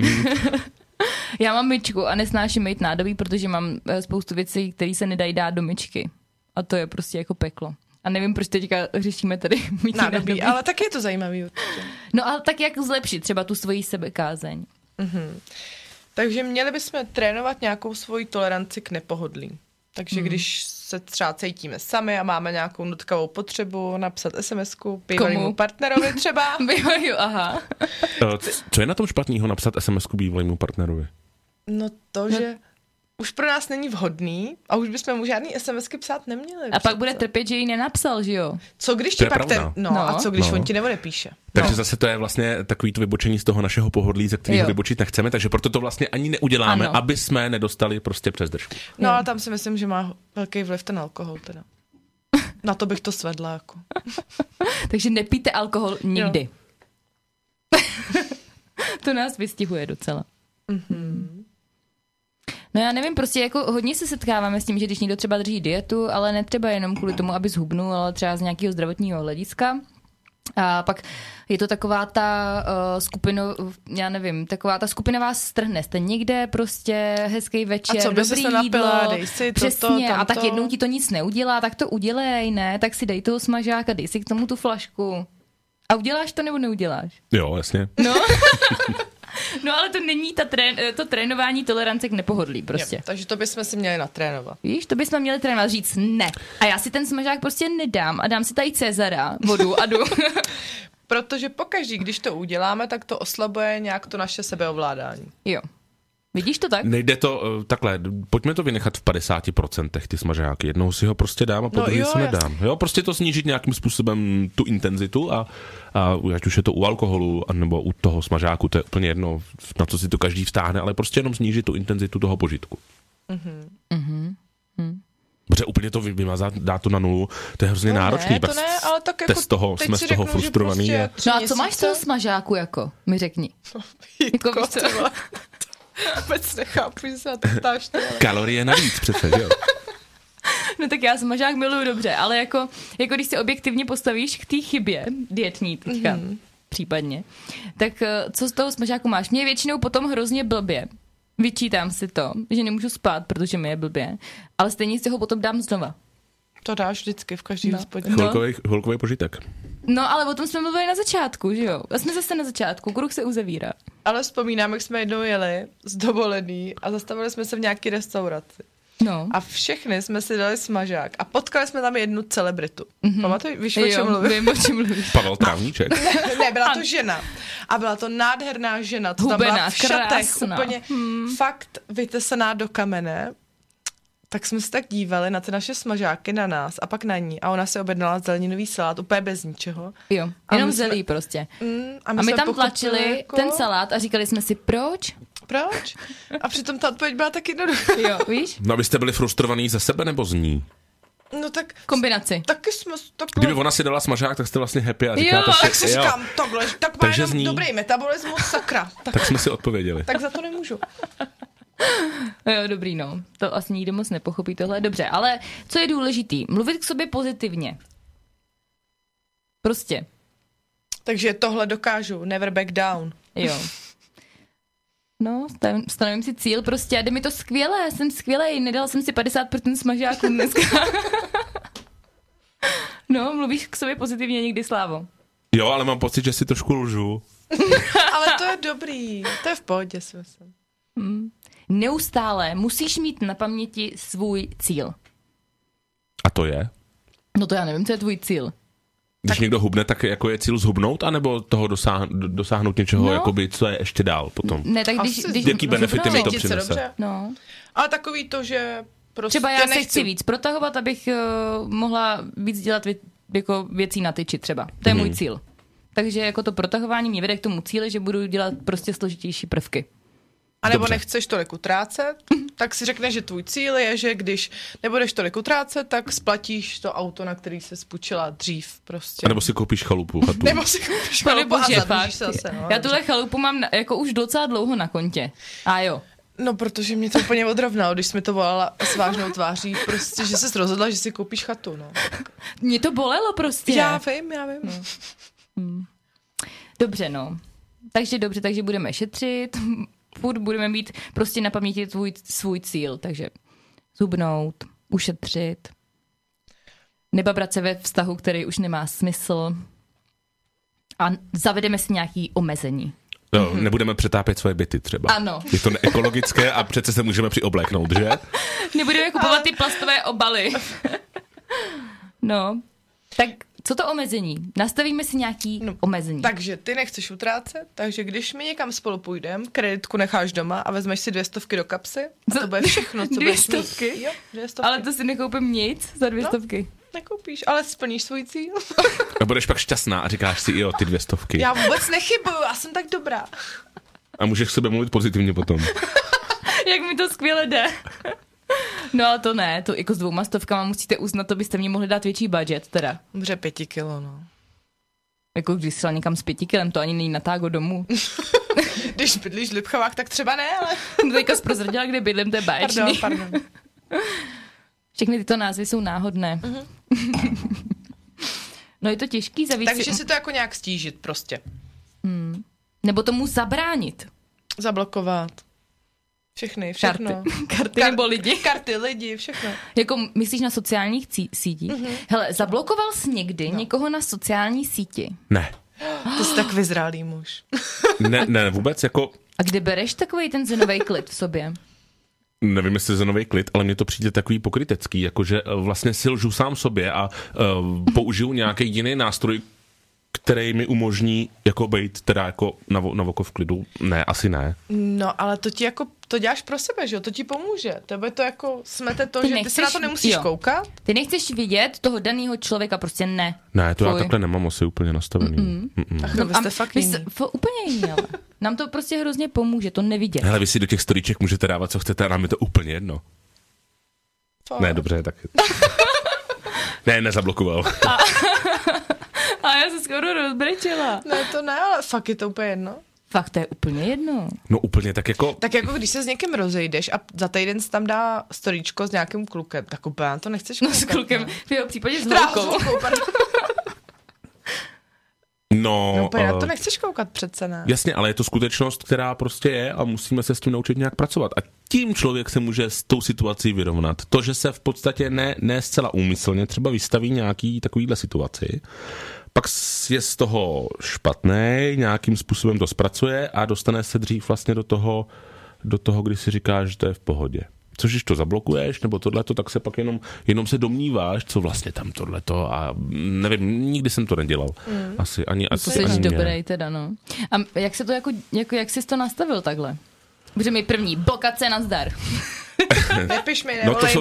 Já mám myčku a nesnáším mít nádobí, protože mám spoustu věcí, které se nedají dát do myčky. A to je prostě jako peklo. A nevím, proč teďka řešíme tady mytí Nádobí, ale tak je to zajímavý určitě. No ale tak jak zlepšit třeba tu svoji sebekázeň? Takže měli bychom trénovat nějakou svoji toleranci k nepohodlí. Takže když se třeba cítíme sami a máme nějakou nutkavou potřebu napsat SMS-ku bývalému partnerovi třeba. Aha. Co je na tom špatného napsat SMS-ku bývalému partnerovi? No to, že už pro nás není vhodný a už bychom mu žádný SMSky psát neměli. A pak bude trpět, že ji nenapsal, že jo? Co když ti pak a co když on ti neodepíše? Takže zase to je vlastně takový to vybočení z toho našeho pohodlí, ze kterého vybočit nechceme, takže proto to vlastně ani neuděláme, aby jsme nedostali prostě přes držku. No ale tam si myslím, že má velký vliv ten alkohol teda. Na to bych to svedla jako. Takže nepijte alkohol nikdy. To nás vystihuje docela. No já nevím, prostě jako hodně se setkáváme s tím, že když někdo třeba drží dietu, ale netřeba jenom kvůli tomu, aby zhubnul, ale třeba z nějakého zdravotního hlediska. A pak je to taková ta taková ta skupina vás strhne. Jste někde prostě hezký večer, a co by dobrý se napila, jídlo, dej si přesně, a tak jednou ti to nic neudělá, tak to udělej, ne? Tak si dej toho smažáka, dej si k tomu tu flašku. A uděláš to nebo neuděláš? Jo, jasně. No ale to není to trénování tolerance k nepohodlí prostě. Jo, takže to bychom si měli natrénovat. Víš, to bychom měli trénovat, říct ne. A já si ten smažák prostě nedám a dám si tady Cezara, vodu a jdu. Protože pokaždý, když to uděláme, tak to oslabuje nějak to naše sebeovládání. Jo. Vidíš to tak? Nejde to takhle, pojďme to vynechat v 50% ty smažáky. Jednou si ho prostě dám a podruhé si nedám. Jo, prostě to snížit nějakým způsobem tu intenzitu a ať už je to u alkoholu nebo u toho smažáku, to je úplně jedno, na co si to každý vztáhne, ale prostě jenom snížit tu intenzitu toho požitku. Protože úplně to vymazat, dát to na nulu, to je hrozně náročný. Ne, to ne, ale tak jako jsme z toho frustrovaný. Prostě no a co máš z toho smažáku jako? Mi řekni. Jitko, vůbec nechápu, že se na to ptáš. Kalorie navíc přece, jo. No tak já smažák miluju dobře, ale jako když se objektivně postavíš k té chybě, dietní teďka, případně, tak co z toho smažáku máš? Mě je většinou potom hrozně blbě. Vyčítám si to, že nemůžu spát, protože mi je blbě, ale stejně si ho potom dám znova. To dáš vždycky v každý hospodě. Chvilkový požitek. No, ale o tom jsme mluvili na začátku, že jo? A jsme zase na začátku, kruh se uzavírá. Ale vzpomínám, jak jsme jednou jeli z dovolený a zastavili jsme se v nějaký restauraci. No. A všechny jsme si dali smažák a potkali jsme tam jednu celebritu. Pamatuješ, víš, o čem mluvím? Vím, o čem mluvíš. Pavel Trávníček. Ne, byla to žena. A byla to nádherná žena. To tam byla v šatech, úplně fakt vytesaná do kamene. Tak jsme se tak dívali na ty naše smažáky, na nás a pak na ní. A ona si objednala zeleninový salát úplně bez ničeho. Jo, jenom zelí prostě. A my tam tlačili jako ten salát a říkali jsme si, proč? A přitom ta odpověď byla tak jednoduchá. Jo, víš? No, abyste byli frustrovaní ze sebe nebo z ní? No tak... Kombinaci. Taky jsme... Kdyby ona si dala smažák, tak jste vlastně happy a říkáte si... Tak si říkám, tohle, tak má jenom zní... dobrý metabolismus, sakra. Tak jsme si odpověděli. Tak za to nemůžu. Jo, dobrý, no. To asi nikdo moc nepochopí tohle. Dobře, ale co je důležitý? Mluvit k sobě pozitivně. Prostě. Takže tohle dokážu. Never back down. Jo. No, stanovím si cíl prostě a jde mi to skvěle, jsem skvělej, nedala jsem si 50% smažáků dneska. No, mluvíš k sobě pozitivně někdy, Slávo? Jo, ale mám pocit, že si trošku lžu. Ale to je dobrý, to je v pohodě, si myslím. Neustále musíš mít na paměti svůj cíl. A to je? No to já nevím, co je tvůj cíl. Když někdo hubne, tak jako je cíl zhubnout, anebo toho dosáhnout něčeho, jakoby, co je ještě dál potom? Ne, tak když jaký benefity mi to přinese? No. Ale takový to, že prostě třeba já se chci víc protahovat, abych mohla víc dělat jako věcí na tyči třeba. To je můj cíl. Takže jako to protahování mě vede k tomu cíli, že budu dělat prostě složitější prvky. A nebo nechceš tolik utrácet, tak si řekneš, že tvůj cíl je, že když nebudeš tolik utrácet, tak splatíš to auto, na který se spůjčila dřív prostě. A nebo si koupíš chalupu. Nebo si koupíš chalupu a zadlužíš se zase. No, já tuhle chalupu mám jako už docela dlouho na kontě. A jo. No, protože mě to úplně odrovnalo, když jsi mi to volala s vážnou tváří, prostě, že jsi rozhodla, že si koupíš chatu, no. Mě to bolelo prostě. Já vím. No. Dobře, no. Takže budeme šetřit, furt budeme mít prostě na paměti svůj cíl, takže zhubnout, ušetřit, nebabrat se ve vztahu, který už nemá smysl a zavedeme si nějaký omezení. No, nebudeme přetápět svoje byty třeba. Ano. Je to neekologické a přece se můžeme přiobléknout, že? Nebudeme kupovat ty plastové obaly. No, tak co to omezení? Nastavíme si nějaký omezení. Takže ty nechceš utrácet, takže když my někam spolu půjdeme, kreditku necháš doma a vezmeš si 200 do kapsy a to bude všechno, co budeš mít. 200? Jo, 200. Ale to si nekoupím nic za 200. Nekoupíš, ale splníš svůj cíl. A budeš pak šťastná a říkáš si, jo, ty 200. Já vůbec nechybuju, já jsem tak dobrá. A můžeš k sobě mluvit pozitivně potom. Jak mi to skvěle jde. No ale to ne, to jako s 200 musíte uznat, to byste mě mohli dát větší budget teda. Dobře, 5 kilo, no. Jako když jsi někam s 5 kilem, to ani není na tágo domů. Když bydlíš v Lipchovách, tak třeba ne, ale... Teďka zprozradila, kde bydlím, to je báječný. Pardon. Všechny tyto názvy jsou náhodné. No je to těžký za víc. Takže si to jako nějak stížit prostě. Nebo tomu zabránit. Zablokovat. Všechno. Karty nebo lidi. Karty, lidi, všechno. Jako myslíš na sociálních sítích? Hele, zablokoval jsi někdy někoho na sociální síti? Ne. Ty jsi tak vyzrálý muž. Ne, vůbec jako... A kde bereš takový ten zenový klid v sobě? Nevím, jestli za nový klid, ale mně to přijde takový pokrytecký, jakože vlastně si lžu sám sobě a použiju nějaký jiný nástroj, který mi umožní jako být teda jako na oko v klidu. Ne, asi ne. No, ale to ti jako, to děláš pro sebe, že jo? To ti pomůže. Tebe to jako smete to, že ty se na to nemusíš koukat. Ty nechceš vidět toho daného člověka, prostě ne. Ne, to já takhle nemám asi úplně nastavený. Ach, no, vy jste fakt jiný. Úplně jiný, ale. Nám to prostě hrozně pomůže, to nevidět. Hele, vy si do těch storíček můžete dávat, co chcete, a nám je to úplně jedno. Ne, dobře, tak... Ne, nezablokoval. A já se skoro rozbrečela. Ne, to ne, ale fakt je to úplně jedno. Fakt to je úplně jedno. No úplně tak jako... Tak jako když se s někým rozejdeš a za týden si tam dá storíčko s nějakým klukem, tak úplně na to nechceš koukat. No s klukem, v jeho případě s Teda holkou. No, úplně na to nechceš koukat přece, ne? Jasně, ale je to skutečnost, která prostě je a musíme se s tím naučit nějak pracovat. A tím člověk se může s tou situací vyrovnat. To, že se v podstatě ne zcela úmyslně třeba vystaví nějaký takovýhle situaci, pak je z toho špatný, nějakým způsobem to zpracuje a dostane se dřív vlastně do toho, kdy si říkáš, že to je v pohodě. Což když to zablokuješ, nebo tohleto, tak se pak jenom se domníváš, co vlastně tam tohleto a nevím, nikdy jsem to nedělal. Asi ani Jsi dobrý teda, no. A jak se to jak jsi to nastavil takhle? Protože mi první blokace nazdar. Nepiš mi, no to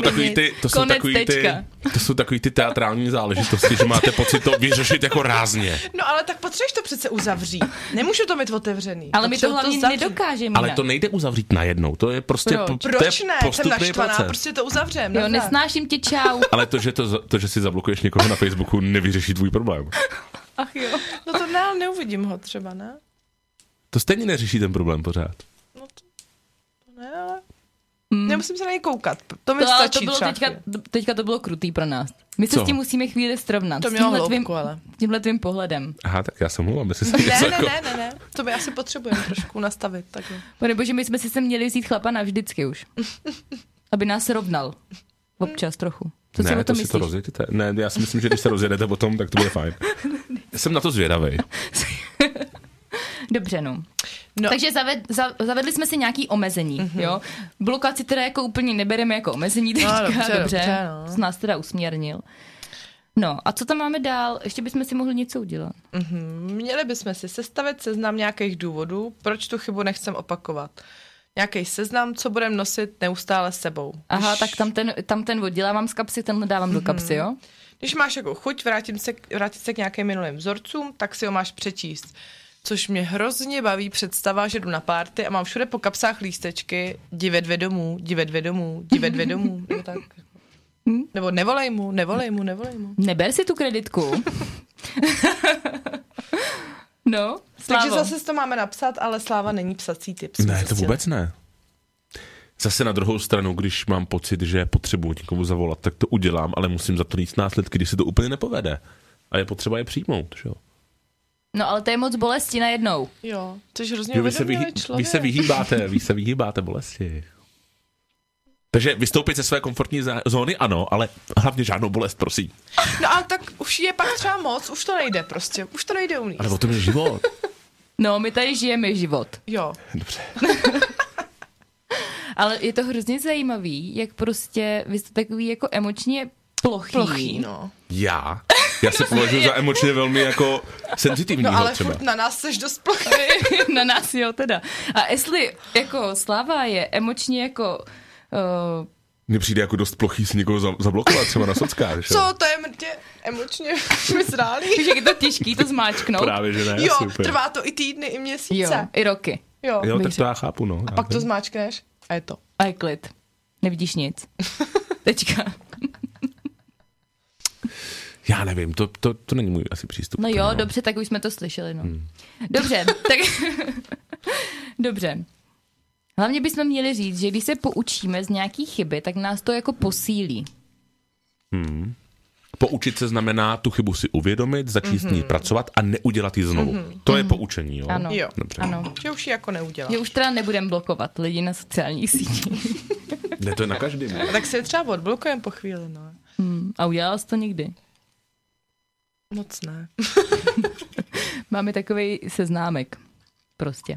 jsou takový ty teatrální záležitosti, že máte pocit to vyřešit jako rázně. No ale tak potřebuješ to přece uzavřít. Nemůžu to mít otevřený. Ale my to hlavně nedokážeme. Ale to nejde uzavřít najednou, to je prostě Proč ne? Jsem naštvaná, proces. prostě to uzavřem. Jo, nesnáším tě, čau. Ale to, že si zablokuješ někoho na Facebooku, nevyřeší tvůj problém. Ach jo. No to ne, neuvidím ho třeba, ne? To stejně neřeší ten problém pořád. No to ne, ale... Nemusím se na něj koukat. To mi stačí to bylo teďka to bylo krutý pro nás. My se s tím musíme chvíli srovnat. To mělo hloubku, ale. Tímhle tvým pohledem. Aha, tak já jsem mluvil, aby si se Ne. To by asi potřebujeme trošku nastavit. Takhle. Nebo že my jsme si se měli vzít chlapa navždycky už. Aby nás rovnal. Občas trochu. Co si o tom myslíš? To rozjedete. Ne, já si myslím, že když se rozjedete potom, tak to bude fajn. Já jsem na to zvědavej. Dobře, no. Takže zavedli jsme si nějaký omezení, jo. Blokaci teda jako úplně nebereme jako omezení teďka, dobře. Z nás teda usměrnil. No a co tam máme dál? Ještě bychom si mohli něco udělat. Měli bychom si sestavit seznam nějakých důvodů, proč tu chybu nechcem opakovat. Nějaký seznam, co budeme nosit neustále s sebou. Aha, tak tam ten oddělávám z kapsy, tenhle dávám do kapsy, jo? Když máš jako chuť vrátit se k nějakým minulým vzorcům, tak si ho máš přečíst. Což mě hrozně baví představa, že jdu na párty a mám všude po kapsách lístečky divet vědomů, nebo tak. Nebo nevolej mu. Neber si tu kreditku. No, Slávo. Takže zase to máme napsat, ale Sláva není psací typ. Ne, to vůbec ne. Zase na druhou stranu, když mám pocit, že potřebuji někomu zavolat, tak to udělám, ale musím za to nést následky, když se to úplně nepovede. A je potřeba je přijmout, že jo? No, ale to je moc bolesti najednou. Jo, což hrozně uvědomělý člověk. Vy se vyhýbáte bolesti. Takže vystoupit ze své komfortní zóny, ano, ale hlavně žádnou bolest, prosím. No ale tak už je pak třeba moc, už to nejde prostě, už to nejde uníst. Ale o tom je život. No, my tady žijeme život. Jo. Dobře. Ale je to hrozně zajímavý, jak prostě vy jste takový jako emočně plochý. No. Já se považuji za emočně velmi jako senzitivního No ale třeba. furt na nás seš dost plochý. Na nás jo teda. A jestli jako Sláva je emočně jako... Mně přijde jako dost plochý si někoho zablokovat třeba na sockách. Že? Co, to je mrtě emočně vyzrálý. Víš, jak je to těžký to zmáčknout. Právě, že ne? Jo, Super. trvá to i týdny, i měsíce. Jo, i roky. Jo. Tak to já chápu, no. A pak to zmáčkneš a je to. A je klid. Nevidíš nic. Tečka. Já nevím, to není můj asi přístup. No jo, dobře, tak už jsme to slyšeli, no. Dobře, tak... Dobře. Hlavně bychom měli říct, že když se poučíme z nějaký chyby, tak nás to jako posílí. Poučit se znamená tu chybu si uvědomit, začít s ní pracovat a neudělat ji znovu. To je poučení, jo? Ano. Jo. Dobře. Ano. Že už ji jako neuděláš. Že už teda nebudem blokovat lidi na sociálních sítích. Ne, to je na každém. A tak si je třeba odblokujeme po chvíli, no. A udělala jsi to někdy? Moc ne. Máme takový seznámek. Prostě.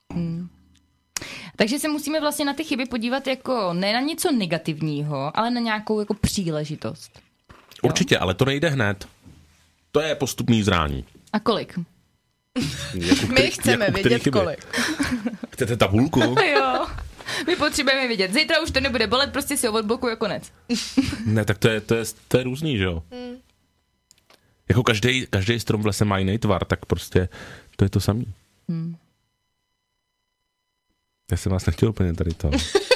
Takže se musíme vlastně na ty chyby podívat jako ne na něco negativního, ale na nějakou jako příležitost. Určitě, ale to nejde hned. To je postupný zrání. A kolik? My chceme vědět kolik. Chcete tabulku? Jo. My potřebujeme vědět. Zítra už to nebude bolet, prostě si ho odblokuju a konec. Ne, tak to je různý, že jo? Jako každý strom v lese má jiný tvar, tak prostě to je to samý. Já jsem vás nechtěl úplně tady to.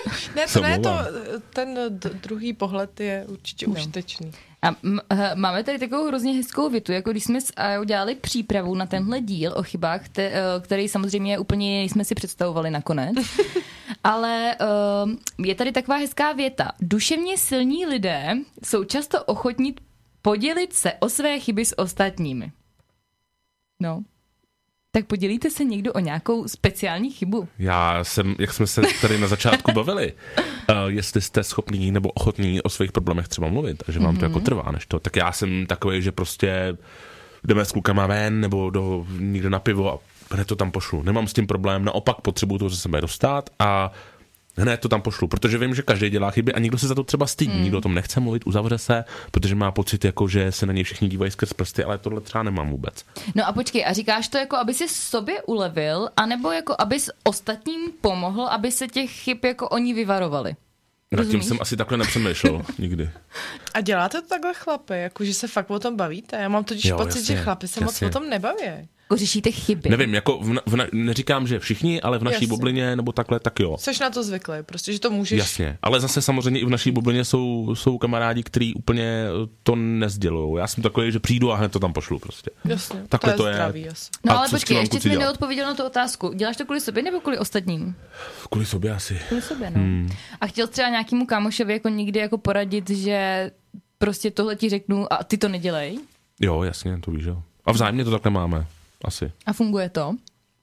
Ten druhý pohled je určitě užitečný. A máme tady takovou hrozně hezkou větu, jako když jsme s Ajou dělali přípravu na tenhle díl o chybách, který samozřejmě úplně jsme si představovali nakonec. Ale je tady taková hezká věta. Duševně silní lidé jsou často ochotní podělit se o své chyby s ostatními. No. Tak podělíte se někdo o nějakou speciální chybu? Jak jsme se tady na začátku bavili, jestli jste schopný nebo ochotný o svých problémech třeba mluvit a že vám to jako trvá než to, tak já jsem takový, že prostě jdeme s klukama ven nebo někde na pivo a hned to tam pošlu. Nemám s tím problém, naopak potřebuju to ze sebe dostat a hned to tam pošlu, protože vím, že každý dělá chyby a někdo se za to třeba stydí, nikdo o tom nechce mluvit, uzavře se, protože má pocit, jako, že se na něj všichni dívají skrz prsty, ale tohle třeba nemám vůbec. No a počkej, a říkáš to jako, aby si sobě ulevil, anebo jako, abys ostatním pomohl, aby se těch chyb jako oni vyvarovali? Nad tím jsem asi takhle nepřemýšlel nikdy. A děláte to takhle chlapi, jako že se fakt o tom bavíte? Já mám totiž pocit, jasně, že chlapi se moc o tom nebaví. Jako řešíte chyby. Nevím, jako neříkám, že všichni, ale v naší bublině nebo takhle, tak jo. Jseš na to zvyklý, prostě, že to můžeš. Jasně, ale zase samozřejmě i v naší bublině jsou kamarádi, kteří úplně to nezdělujou. Já jsem takový, že přijdu a hned to tam pošlu prostě. Jasně, takhle to je zdravý, asi. No ale počkej, ještě jsi mi neodpověděl na tu otázku. Děláš to kvůli sobě nebo kvůli ostatním? Kvůli sobě asi. Kvůli sobě, no. A chtěl třeba nějakému kámošovi jako někdy jako poradit, že prostě tohle ti řeknu a ty to nedělej? Jo, jasně, to víš, jo. A vzájemně to takhle máme. Asi. A funguje to?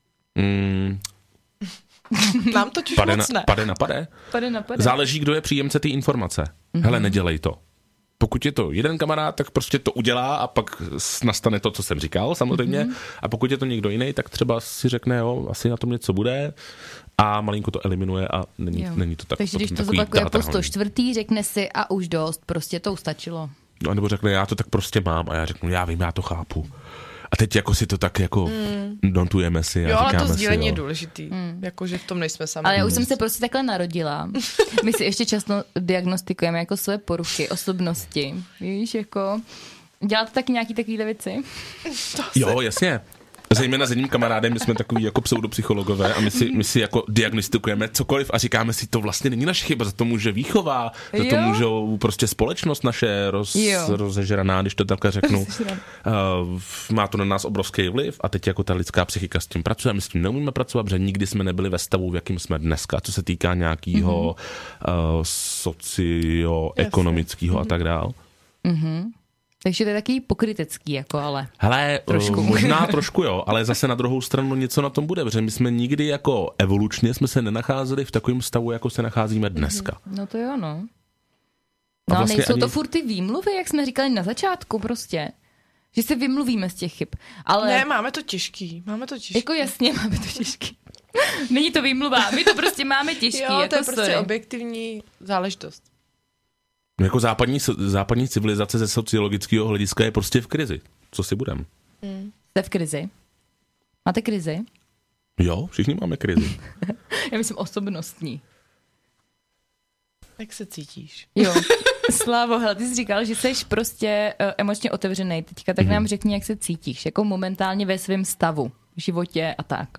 Nám totiž moc ne. Pade na pade. Záleží, kdo je příjemce té informace. Hele, nedělej to. Pokud je to jeden kamarád, tak prostě to udělá a pak nastane to, co jsem říkal, samozřejmě. A pokud je to někdo jiný, tak třeba si řekne, jo, asi na tom něco bude a malinko to eliminuje a není to tak. Takže když to zopakuje po 104. řekne si a už dost, prostě to ustačilo. No, nebo řekne, já to tak prostě mám a já řeknu, já vím, já to chápu. A teď jako si to tak jako dontujeme si a jo, říkáme si. Jo, ale to sdílení je důležitý. Jakože v tom nejsme sami. Ale já už jsem se prostě takhle narodila. My si ještě často diagnostikujeme jako své poruchy osobnosti. Víš, jako děláte taky nějaký takovýhle věci? Jo, jasně. Zejména s jedním kamarádem, my jsme takový jako pseudopsychologové a my si jako diagnostikujeme cokoliv a říkáme si, to vlastně není naše chyba, za to může výchova, za to můžou prostě společnost naše rozežraná, když to takhle řeknu. Má to na nás obrovský vliv a teď jako ta lidská psychika s tím pracuje, my s tím neumíme pracovat, protože nikdy jsme nebyli ve stavu, v jakým jsme dneska, co se týká nějakého socioekonomického a tak dál. Takže to je takový pokrytecký, jako ale. Hele, možná trošku jo, ale zase na druhou stranu něco na tom bude, protože my jsme nikdy jako evolučně jsme se nenacházeli v takovém stavu, jako se nacházíme dneska. No to jo, no. No a vlastně nejsou to furt ty výmluvy, jak jsme říkali na začátku prostě. Že se vymluvíme z těch chyb. Ale... Ne, máme to těžký. Jako jasně, máme to těžký. Není to výmluva, my to prostě máme těžký. Jo, jako to je prostě objektivní záležitost. No jako západní civilizace ze sociologického hlediska je prostě v krizi. Co si budem? Jste v krizi? Máte krizi? Jo, všichni máme krizi. Já myslím osobnostní. Jak se cítíš? Jo. Slávo, hele, ty jsi říkal, že jsi prostě emočně otevřenej teďka, tak nám řekni, jak se cítíš, jako momentálně ve svém stavu, v životě a tak.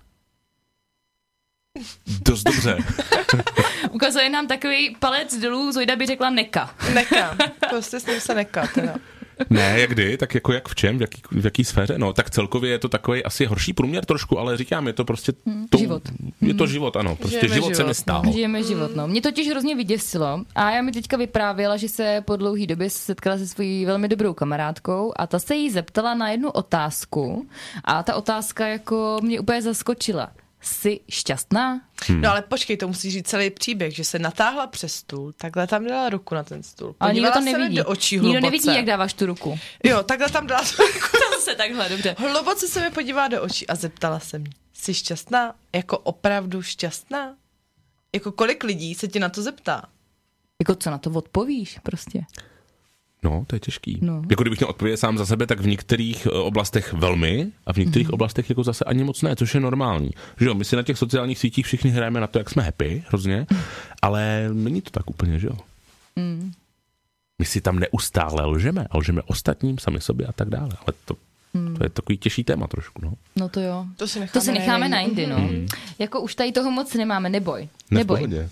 Dost dobře. Ukazuje nám takový palec dolů, Zojda by řekla neka. Neka, prostě s ním se neka teda. Ne, jak kdy, tak jako jak v čem, v jaký sféře, no, tak celkově je to takový asi horší průměr trošku, ale říkám, je to prostě život. Je to život, ano, prostě život se mi stál. Žijeme život, no. Mě totiž hrozně vyděsilo a já mi teďka vyprávěla, že se po dlouhý době setkala se svojí velmi dobrou kamarádkou a ta se jí zeptala na jednu otázku a ta otázka jako mě úplně zaskočila. Jsi šťastná? No ale počkej, to musíš říct celý příběh, že se natáhla přes stůl, takhle tam dala ruku na ten stůl. Ale nikdo to se mi nevidí. do očí hluboce. Nikdo nevidí, jak dáváš tu ruku. Jo, takhle tam dala tu ruku. To se takhle, dobře. Hluboce se mi podívá do očí a zeptala se mě, jsi šťastná? Jako opravdu šťastná? Jako kolik lidí se ti na to zeptá? Jako co na to odpovíš prostě? No, to je těžký. No. Jako kdybych měl odpovědět sám za sebe, tak v některých oblastech velmi a v některých oblastech jako zase ani moc ne, což je normální. Že jo, my si na těch sociálních sítích všichni hrajeme na to, jak jsme happy, hrozně, ale není to tak úplně, že jo. My si tam neustále lžeme a lžeme ostatním, sami sobě a tak dále, ale to je takový těžší téma trošku, no. No to jo. To si necháme na jindy, no. Jako už tady toho moc nemáme, neboj. Ne v pohodě.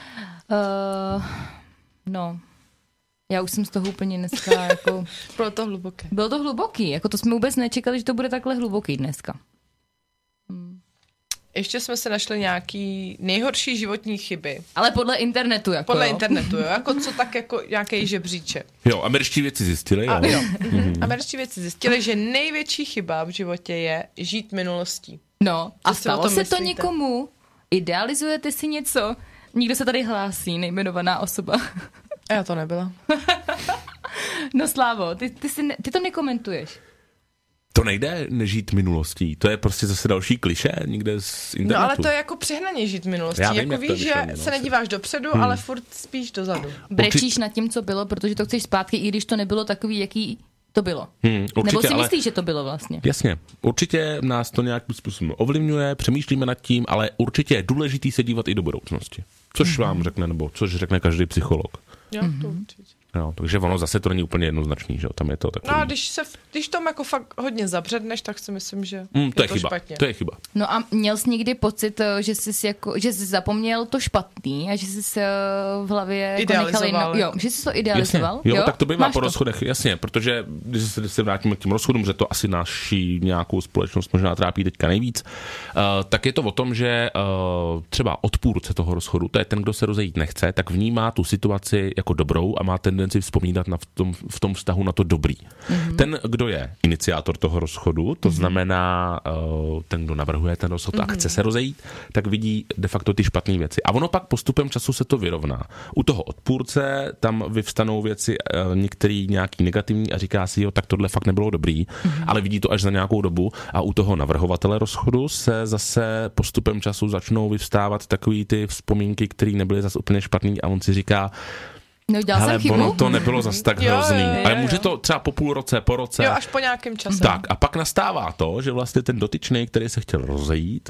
No. Já už jsem z toho úplně dneska jako... Bylo to hluboké. Bylo to hluboký, jako to jsme vůbec nečekali, že to bude takhle hluboký dneska. Ještě jsme se našli nějaký nejhorší životní chyby. Ale podle internetu, jako Podle jo. internetu, jo. Jako co tak jako nějaký žebříček. Jo, američtí věci zjistili, jo. Jo. Američtí věci zjistili, že největší chyba v životě je žít minulostí. No, a si o stalo tom se myslíte? to někomu? Idealizujete si něco? Nikdo se tady hlásí, nejmenovaná osoba. Já to nebyla. No Slávo, ty to nekomentuješ. To nejde nežít minulostí, to je prostě zase další klišé někde z internetu. No ale to je jako přehnaně žít minulostí. Já vím, jako jak to víš, je že myšlený, se nedíváš dopředu, ale furt spíš dozadu. Brečíš nad tím, co bylo, protože to chceš zpátky, i když to nebylo takový, jaký to bylo. Určitě, Nebo si ale... myslíš, že to bylo vlastně? Jasně, určitě nás to nějakým způsobem ovlivňuje, přemýšlíme nad tím, ale určitě je důležitý se dívat i do budoucnosti. Což vám řekne, nebo což řekne každý psycholog. Jo, to určitě. Jo, takže ono zase to není úplně jednoznačný, že jo, tam je to takový... No a když tam jako fakt hodně zabředneš, tak si myslím, že to je to chyba, špatně. to je chyba. No a měl jsi někdy pocit, že jsi zapomněl to špatný a že jsi v hlavě jako Idealizoval. jo, že jsi to idealizoval? Jasně. Jo, tak to bývá Máš po rozchodech, jasně, protože když se vrátíme k těm rozchodům, že to asi naší nějakou společnost možná trápí teďka nejvíc, tak je to o tom, že třeba odpůrce toho rozchodu, to je ten, kdo se rozejít nechce, tak vnímá tu situaci jako dobrou a má tendenci vzpomínat v tom vztahu na to dobrý. Ten, kdo je iniciátor toho rozchodu, to znamená ten, kdo navrhuje ten rozchod a chce se rozejít, tak vidí de facto ty špatné věci. A ono pak postupem času se to vyrovná. U toho odpůrce tam vyvstanou věci některý nějaký negativní a říká si, jo, tak tohle fakt nebylo dobrý, ale vidí to až za nějakou dobu a u toho navrhovatele rozchodu se zase postupem času začnou vyvstávat takový ty vzpomínky, které nebyly zase úplně špatný a on si říká, Neudělal jsem chybu? ono to nebylo zas tak hrozný. Jo. Ale může to třeba po půl roce, po roce. Jo, až po nějakém čase. Tak a pak nastává to, že vlastně ten dotyčný, který se chtěl rozejít,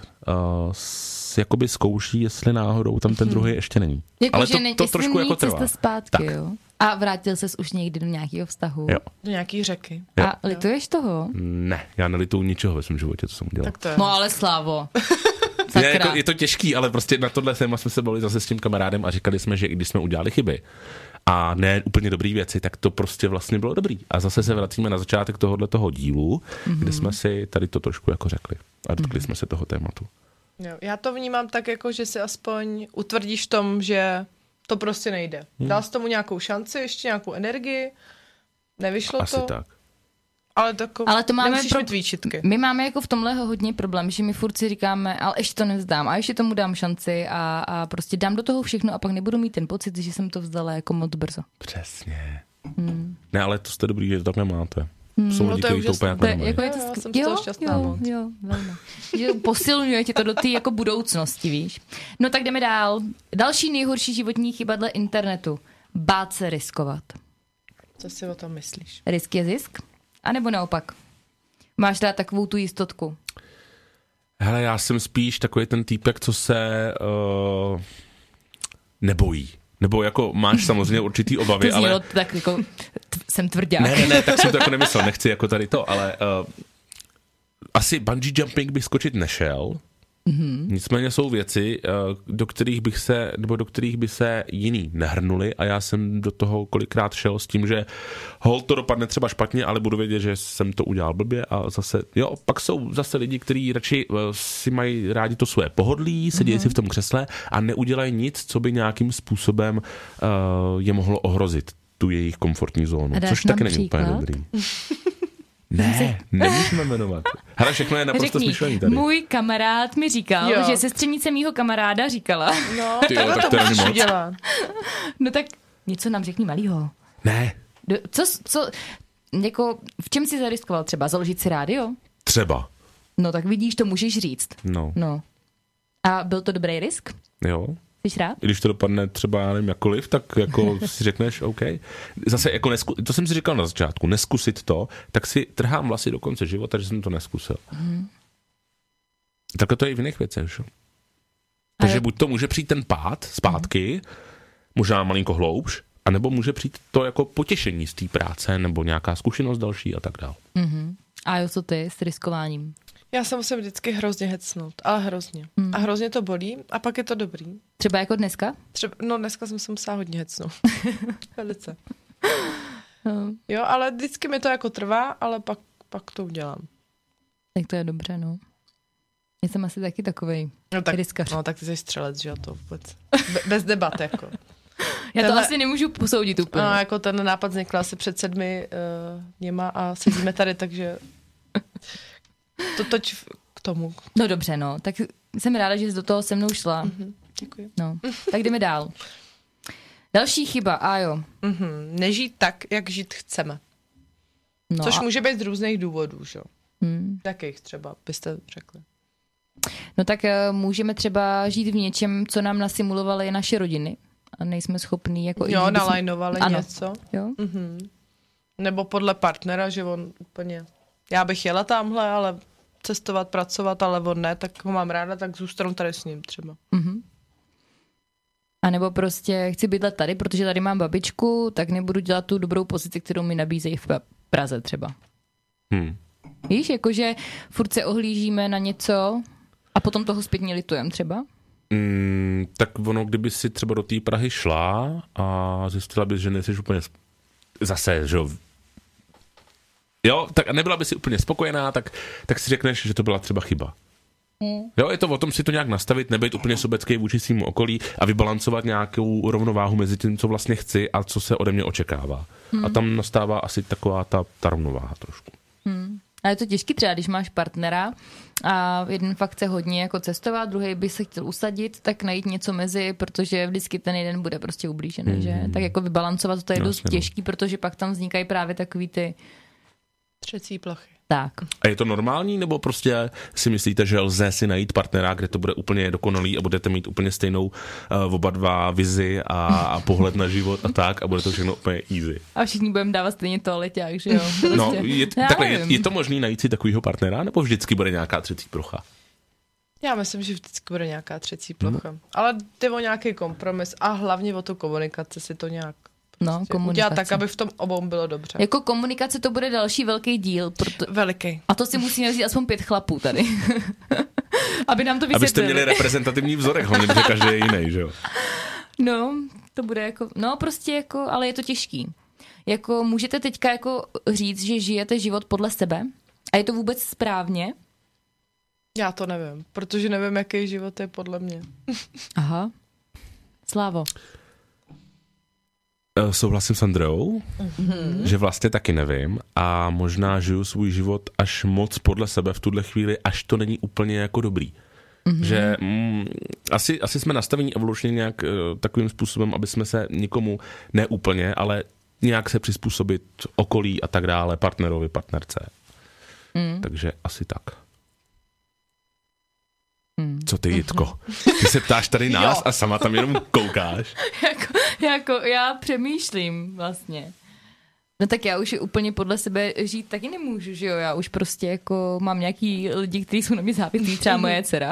jakoby zkouší, jestli náhodou tam ten druhý ještě není. Jako, ale že to trošku jako trvá. Cesta zpátky, Tak. jo? A vrátil ses už někdy do nějakého vztahu? Jo. Do nějaký řeky. Jo. A lituješ toho? Ne, já nelituju ničeho ve svém životě, co jsem udělal. Tak to je. No ale Slávo. Ne, jako, je to těžký, ale prostě na tohle téma jsme se bavili zase s tím kamarádem a říkali jsme, že i když jsme udělali chyby a ne úplně dobrý věci, tak to prostě vlastně bylo dobrý. A zase se vracíme na začátek toho dílu, kde jsme si tady to trošku jako řekli a dotkli jsme se toho tématu. Jo, já to vnímám tak, jako, že si aspoň utvrdíš v tom, že to prostě nejde. Dal jsi tomu nějakou šanci, ještě nějakou energii, nevyšlo Asi to. tak. Ale to máme nemusíš mít výčitky. My máme jako v tomhle hodně problém, že my furt si říkáme, ale ještě to nevzdám a ještě tomu dám šanci a prostě dám do toho všechno a pak nebudu mít ten pocit, že jsem to vzdala jako moc brzo. Přesně. Ne, ale to jste dobrý, že to takhle máte. Jsou lidi, kteří to úplně jako nemají. Jako já jsem z toho šťastná moc. Jo, velmi. Že posilňuje tě to do té jako budoucnosti, víš. No tak jdeme dál. Další nejhorší životní chyba dle internetu. Bát se riskovat. Co si o tom myslíš? Risk je zisk? A nebo naopak? Máš rád takovou tu jistotku? Hele, já jsem spíš takový ten týpek, co se nebojí. Nebo jako máš samozřejmě určitý obavy, to ale... tak jako jsem tvrdák. Ne, tak jsem to jako nemyslel, nechci jako tady to, ale asi bungee jumping bych skočit nešel. Mm-hmm. Nicméně jsou věci, do kterých by se jiní nehrnuli a já jsem do toho kolikrát šel s tím, že holt to dopadne třeba špatně, ale budu vědět, že jsem to udělal blbě a zase, jo, pak jsou zase lidi, kteří radši si mají rádi to své pohodlí, sedějí si v tom křesle a neudělají nic, co by nějakým způsobem je mohlo ohrozit tu jejich komfortní zónu, což taky není úplně dobrý. Ne, nemůžeme jmenovat. Hele, všechno je naprosto smyšlený tady. Můj kamarád mi říkal, že sestřenice mýho kamaráda říkala. No, tak to můžeš udělat. No tak něco nám řekni malýho. Ne. Co, jako, v čem jsi zariskoval třeba? Založit si rádio? Třeba. No tak vidíš, to můžeš říct. No. A byl to dobrý risk? Jo. Jsi rád? Když to dopadne třeba, já nevím, jakkoliv, tak jako si řekneš, OK. Zase, jako to jsem si říkal na začátku, neskusit to, tak si trhám vlasy do konce života, že jsem to neskusil. Takhle to je i v jiných věcech, že? Takže buď to může přijít ten pád zpátky, možná malinko hloubš, anebo může přijít to jako potěšení z té práce, nebo nějaká zkušenost další a tak dál. A jo, co ty s riskováním? Já se musím vždycky hrozně hecnout, ale hrozně. A hrozně to bolí a pak je to dobrý. Třeba jako dneska? Dneska jsem se musela hodně hecnout. Velice. Jo, ale vždycky mi to jako trvá, ale pak to udělám. Tak to je dobře, no. Já jsem asi taky takovej riskař. No tak ty jsi střelec, že jo, to vůbec. Bez debat, jako. Já to asi nemůžu posoudit úplně. No, jako ten nápad vznikl asi před 7 dněma a sedíme tady, takže to toč k tomu. No dobře, no. Tak jsem ráda, že jsi do toho se mnou šla. Děkuji. No, tak jdeme dál. Další chyba, Nežít tak, jak žít chceme. No což může být z různých důvodů, že jo. Jakých třeba byste řekli? No tak můžeme třeba žít v něčem, co nám nasimulovaly naše rodiny a nejsme schopní jako... Jo, nalajnovali něco. Jo. Nebo podle partnera, že on úplně... Já bych jela tamhle, ale cestovat, pracovat, ale on ne, tak ho mám ráda, tak zůstanu tady s ním třeba. A nebo prostě chci bydlet tady, protože tady mám babičku, tak nebudu dělat tu dobrou pozici, kterou mi nabízejí v Praze třeba. Víš, jakože furt se ohlížíme na něco a potom toho zpětně litujeme třeba? Tak ono, kdyby si třeba do té Prahy šla a zjistila bys, že nejsi úplně zase, že jo, tak nebyla by si úplně spokojená, tak si řekneš, že to byla třeba chyba. Jo, je to o tom si to nějak nastavit, nebejt úplně sobecký vůči svému okolí a vybalancovat nějakou rovnováhu mezi tím, co vlastně chci a co se ode mě očekává. A tam nastává asi taková ta rovnováha trošku. A je to těžký třeba, když máš partnera a jeden fakt chce hodně jako cestovat, druhý by se chtěl usadit, tak najít něco mezi, protože vždycky ten jeden bude prostě ublížený, že? Tak jako vybalancovat to je dost těžký, protože pak tam vznikají právě takový ty třecí plochy. Tak. A je to normální, nebo prostě si myslíte, že lze si najít partnera, kde to bude úplně dokonalý a budete mít úplně stejnou oba dva vizi a pohled na život a tak a bude to všechno úplně easy? A všichni budeme dávat stejně toaleťák, že jo? Prostě. No, je to možný najít si takovýho partnera, nebo vždycky bude nějaká třetí plocha? Já myslím, že vždycky bude nějaká třetí plocha. Ale jde o nějaký kompromis a hlavně o tu komunikaci si to nějak udělat tak, aby v tom obou bylo dobře. Jako komunikace to bude další velký díl. Veliký. A to si musíme vzít aspoň 5 chlapů tady. Aby nám to vysvětlili. Abyste měli reprezentativní vzorek, hlavně, protože každý je jiný, že jo? No, to bude jako, prostě jako, ale je to těžký. Jako můžete teďka jako říct, že žijete život podle sebe? A je to vůbec správně? Já to nevím, protože nevím, jaký život je podle mě. Aha. Slávo. Souhlasím s Andreou, že vlastně taky nevím a možná žiju svůj život až moc podle sebe v tuhle chvíli, až to není úplně jako dobrý. Že asi jsme nastavení evolučně nějak takovým způsobem, aby jsme se nikomu, ne úplně, ale nějak se přizpůsobit okolí a tak dále, partnerovi, partnerce. Takže asi tak. Co ty, Jitko? Ty se ptáš tady nás a sama tam jenom koukáš. jako já přemýšlím vlastně. No tak já už úplně podle sebe žít taky nemůžu, že jo? Já už prostě jako mám nějaký lidi, kteří jsou na mě závislí, třeba moje dcera.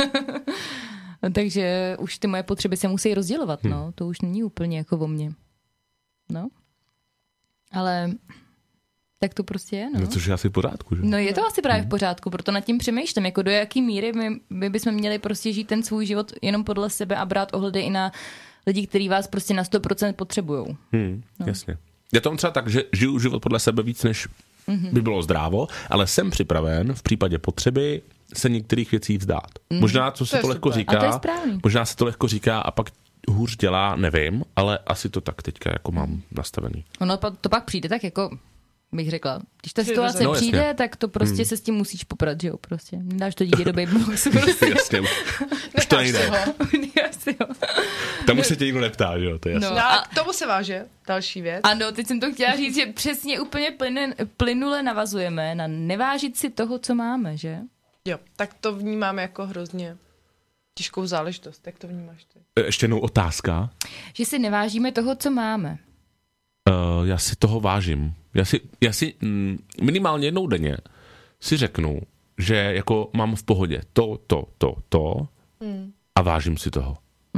Takže už ty moje potřeby se musí rozdělovat, no. To už není úplně jako o mně. No. Ale tak to prostě je, no. No což je asi v pořádku, že? No je to asi právě v pořádku, proto nad tím přemýšlím, jako do jaký míry my bychom měli prostě žít ten svůj život jenom podle sebe a brát ohledy i na lidi, kteří vás prostě na 100% potřebujou. No. Jasně. Je to třeba tak, že žiju život podle sebe víc, než by bylo zdrávo, ale jsem připraven v případě potřeby se některých věcí vzdát. Možná, co se to lehko říká, možná se to lehko říká a pak hůř dělá, nevím, ale asi to tak teďka jako mám nastavený. Ono to pak přijde tak jako, bych řekla, když ta situace přijde, jasně. Tak to prostě se s tím musíš poprat, že jo, prostě. Dáš to dítě do babyboxu, prostě. Jasně, už to nejde. Tam už se tě nikdo neptá, že jo, to je jasné. No, a k tomu se váže další věc. Ano, teď jsem to chtěla říct, že přesně úplně plynule navazujeme na nevážit si toho, co máme, že? Jo, tak to vnímám jako hrozně těžkou záležitost. Jak to vnímáš ty? Ještě jednou otázka. Že si nevážíme toho, co máme. Já si toho vážím. Já si minimálně jednou denně si řeknu, že jako mám v pohodě to a vážím si toho.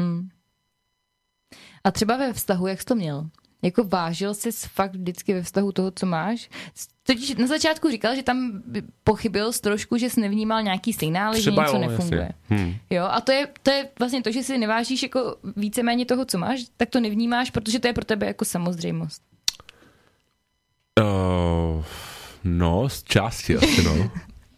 A třeba ve vztahu, jak jsi to měl? Jako vážil jsi fakt vždycky ve vztahu toho, co máš? Totiž na začátku říkal, že tam pochybil trošku, že jsi nevnímal nějaký signály, že něco nefunguje. Jo, a to je vlastně to, že si nevážíš jako víceméně toho, co máš, tak to nevnímáš, protože to je pro tebe jako samozřejmost. No, z části asi, no.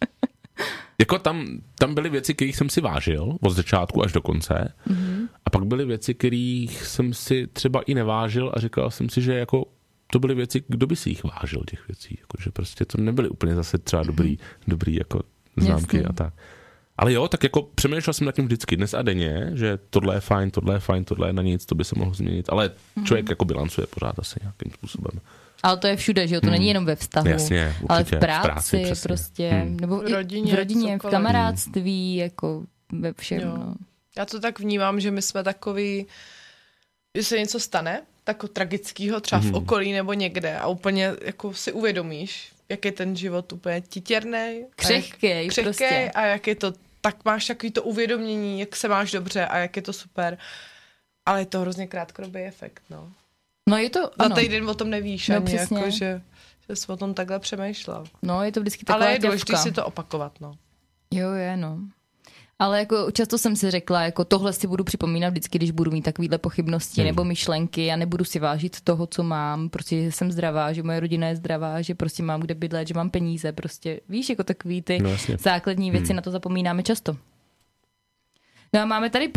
Jako tam byly věci, kterých jsem si vážil od začátku až do konce. A pak byly věci, kterých jsem si třeba i nevážil a říkal jsem si, že jako to byly věci, kdo by si jich vážil těch věcí. Jako, že prostě to nebyly úplně zase třeba dobrý jako známky. Jasný. A tak. Ale jo, tak jako přemýšlel jsem nad tím vždycky dnes a denně, že tohle je fajn, tohle je na nic, to by se mohlo změnit. Ale člověk jako bilancuje pořád asi nějakým způsobem. Ale to je všude, že jo? To není jenom ve vztahu. Jasně, určitě, ale v práci prostě, nebo v rodině, v kamarádství, jako ve všem. No. Já to tak vnímám, že my jsme takový, že se něco stane, tako tragického, třeba v okolí nebo někde a úplně jako si uvědomíš, jak je ten život úplně titěrnej. Křehkej prostě. A jak je to, tak máš takový to uvědomění, jak se máš dobře a jak je to super. Ale je to hrozně krátkodobý efekt, no. No je to, ano. Za týden o tom nevíš, ani jako, že jsi o tom takhle přemýšlel. No, je to vždycky taková ale je důležité si to opakovat, no. Jo, je, no. Ale jako často jsem si řekla, jako tohle si budu připomínat vždycky, když budu mít takovýhle pochybnosti nebo myšlenky a nebudu si vážit toho, co mám, prostě že jsem zdravá, že moje rodina je zdravá, že prostě mám kde bydlet, že mám peníze, prostě víš, jako takový ty základní věci, na to zapomínáme často. No a máme tady